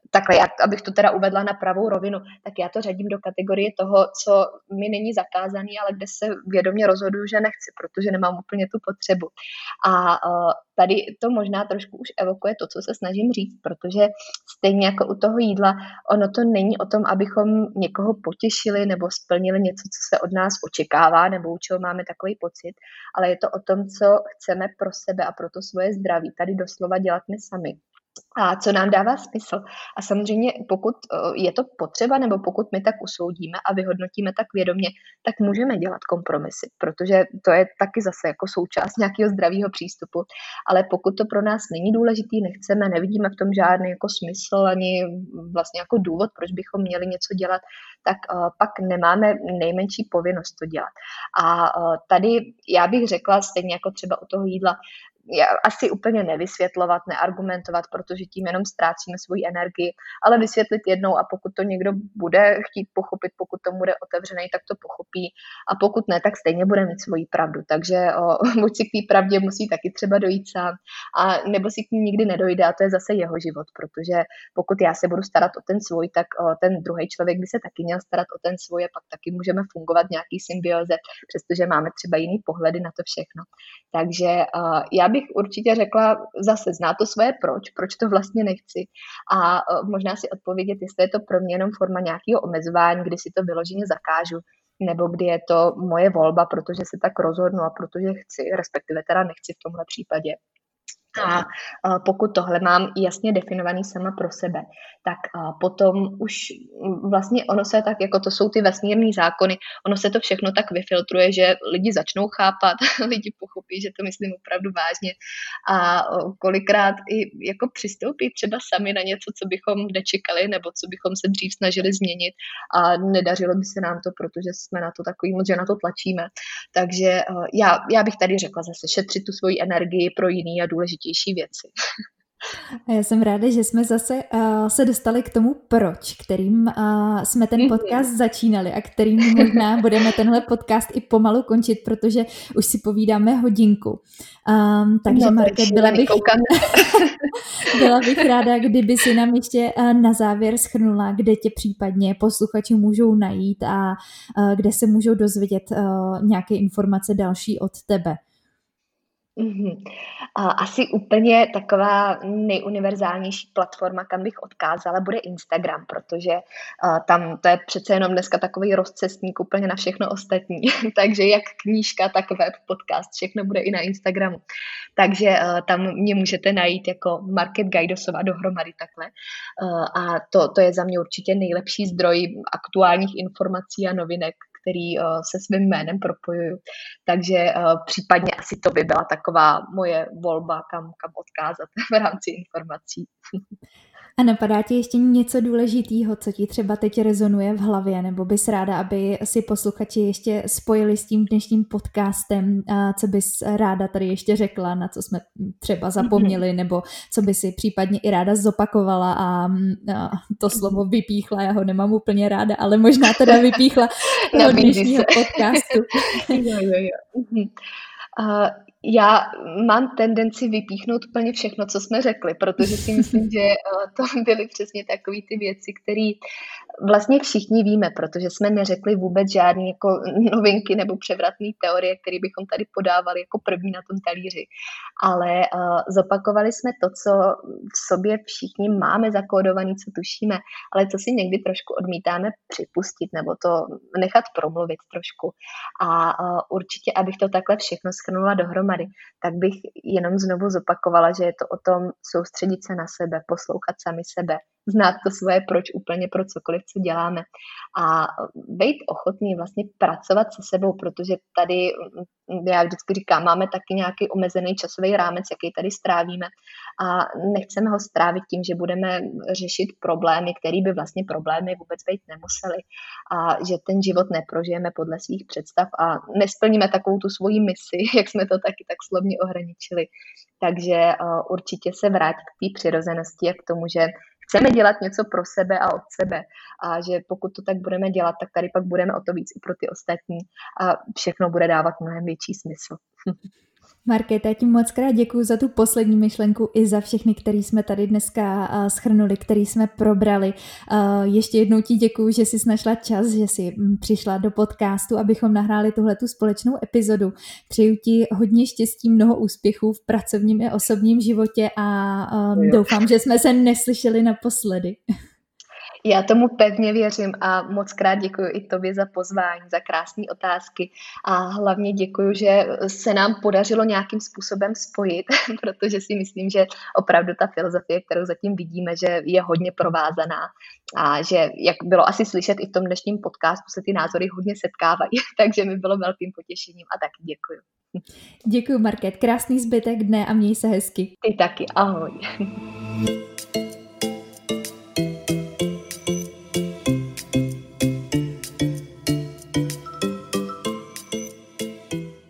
takhle, abych to teda uvedla na pravou rovinu, tak já to řadím do kategorie toho, co mi není zakázaný, ale kde se vědomě rozhoduju, že nechci, protože nemám úplně tu potřebu. A tady to možná trošku už evokuje to, co se snažím říct, protože stejně jako u toho jídla, ono to není o tom, abychom někoho potěšili nebo splnili něco, co se od nás očekává, nebo u čeho máme takový pocit, ale je to o tom, co chceme pro sebe a pro to svoje zdraví tady doslova dělat my sami. A co nám dává smysl. A samozřejmě, pokud je to potřeba, nebo pokud my tak usoudíme a vyhodnotíme tak vědomě, tak můžeme dělat kompromisy, protože to je taky zase jako součást nějakého zdravého přístupu. Ale pokud to pro nás není důležitý, nechceme, nevidíme v tom žádný jako smysl ani vlastně jako důvod, proč bychom měli něco dělat, tak pak nemáme nejmenší povinnost to dělat. A tady já bych řekla, stejně jako třeba u toho jídla, asi úplně nevysvětlovat, neargumentovat, protože tím jenom ztrácíme svoji energii, ale vysvětlit jednou a pokud to někdo bude chtít pochopit, pokud tomu bude otevřený, tak to pochopí a pokud ne, tak stejně bude mít svoji pravdu. Takže buď si k té pravdě musí taky třeba dojít sám, a nebo si k ní nikdy nedojde a to je zase jeho život, protože pokud já se budu starat o ten svůj, tak ten druhý člověk by se taky měl starat o ten svůj a pak taky můžeme fungovat v nějaký symbioze, přestože máme třeba jiný pohledy na to všechno. Takže já bych určitě řekla, zase zná to svoje proč to vlastně nechci a možná si odpovědět, jestli je to pro mě jenom forma nějakého omezování, kdy si to vyloženě zakážu, nebo kdy je to moje volba, protože se tak rozhodnu a protože chci, respektive teda nechci v tomhle případě. A pokud tohle mám jasně definovaný sama pro sebe, tak potom už vlastně ono se tak, jako to jsou ty vesmírný zákony, ono se to všechno tak vyfiltruje, že lidi začnou chápat, lidi pochopí, že to myslím opravdu vážně a kolikrát i jako přistoupí třeba sami na něco, co bychom nečekali nebo co bychom se dřív snažili změnit a nedařilo by se nám to, protože jsme na to takový moc, že na to tlačíme. Takže já bych tady řekla zase šetřit tu svoji energii pro jiný a důležitější věci. A já jsem ráda, že jsme zase se dostali k tomu proč, kterým jsme ten podcast začínali a kterým možná budeme tenhle podcast i pomalu končit, protože už si povídáme hodinku. Takže no, Market, byla bych ráda, kdyby si nám ještě na závěr shrnula, kde tě případně posluchači můžou najít a kde se můžou dozvědět nějaké informace další od tebe. Asi úplně taková nejuniverzálnější platforma, kam bych odkázala, bude Instagram, protože tam to je přece jenom dneska takový rozcestník úplně na všechno ostatní. Takže jak knížka, tak web, podcast, všechno bude i na Instagramu. Takže tam mě můžete najít jako Market Gajdosová dohromady takhle. A to je za mě určitě nejlepší zdroj aktuálních informací a novinek, který se svým jménem propojuju. Takže případně asi to by byla taková moje volba, kam odkázat v rámci informací. A napadá ti ještě něco důležitého, co ti třeba teď rezonuje v hlavě, nebo bys ráda, aby si posluchači ještě spojili s tím dnešním podcastem, co bys ráda tady ještě řekla, na co jsme třeba zapomněli, nebo co by si případně i ráda zopakovala a to slovo vypíchla, já ho nemám úplně ráda, ale možná teda vypíchla toho dnešního podcastu. Jo. Já mám tendenci vypíchnout úplně všechno, co jsme řekli, protože si myslím, že to byly přesně takové ty věci, které vlastně všichni víme, protože jsme neřekli vůbec žádné jako novinky nebo převratné teorie, které bychom tady podávali jako první na tom talíři. Ale zopakovali jsme to, co v sobě všichni máme zakódované, co tušíme, ale co si někdy trošku odmítáme připustit nebo to nechat promluvit trošku. A určitě, abych to takhle všechno shrnula dohromady, tak bych jenom znovu zopakovala, že je to o tom soustředit se na sebe, poslouchat sami sebe, znát to svoje proč úplně pro cokoliv, co děláme a být ochotný vlastně pracovat se sebou, protože tady, já vždycky říkám, máme taky nějaký omezený časový rámec, jaký tady strávíme a nechceme ho strávit tím, že budeme řešit problémy, které by vlastně problémy vůbec být nemuseli a že ten život neprožijeme podle svých představ a nesplníme takovou tu svoji misi, jak jsme to taky tak slovně ohraničili. Takže určitě se vrátit k té přirozenosti a k tomu, že chceme dělat něco pro sebe a od sebe a že pokud to tak budeme dělat, tak tady pak budeme o to víc i pro ty ostatní a všechno bude dávat mnohem větší smysl. Markéta, ti moc krát děkuju za tu poslední myšlenku i za všechny, který jsme tady dneska shrnuli, který jsme probrali. Ještě jednou ti děkuju, že jsi našla čas, že jsi přišla do podcastu, abychom nahráli tuhletu společnou epizodu. Přeju ti hodně štěstí, mnoho úspěchů v pracovním i osobním životě a doufám, že jsme se neslyšeli naposledy. Já tomu pevně věřím a moc krát děkuji i tobě za pozvání, za krásné otázky a hlavně děkuji, že se nám podařilo nějakým způsobem spojit, protože si myslím, že opravdu ta filozofie, kterou zatím vidíme, že je hodně provázaná a že, jak bylo asi slyšet i v tom dnešním podcastu, se ty názory hodně setkávají, takže mi bylo velkým potěšením a taky děkuji. Děkuji, Markét, krásný zbytek dne a měj se hezky. Ty taky, ahoj.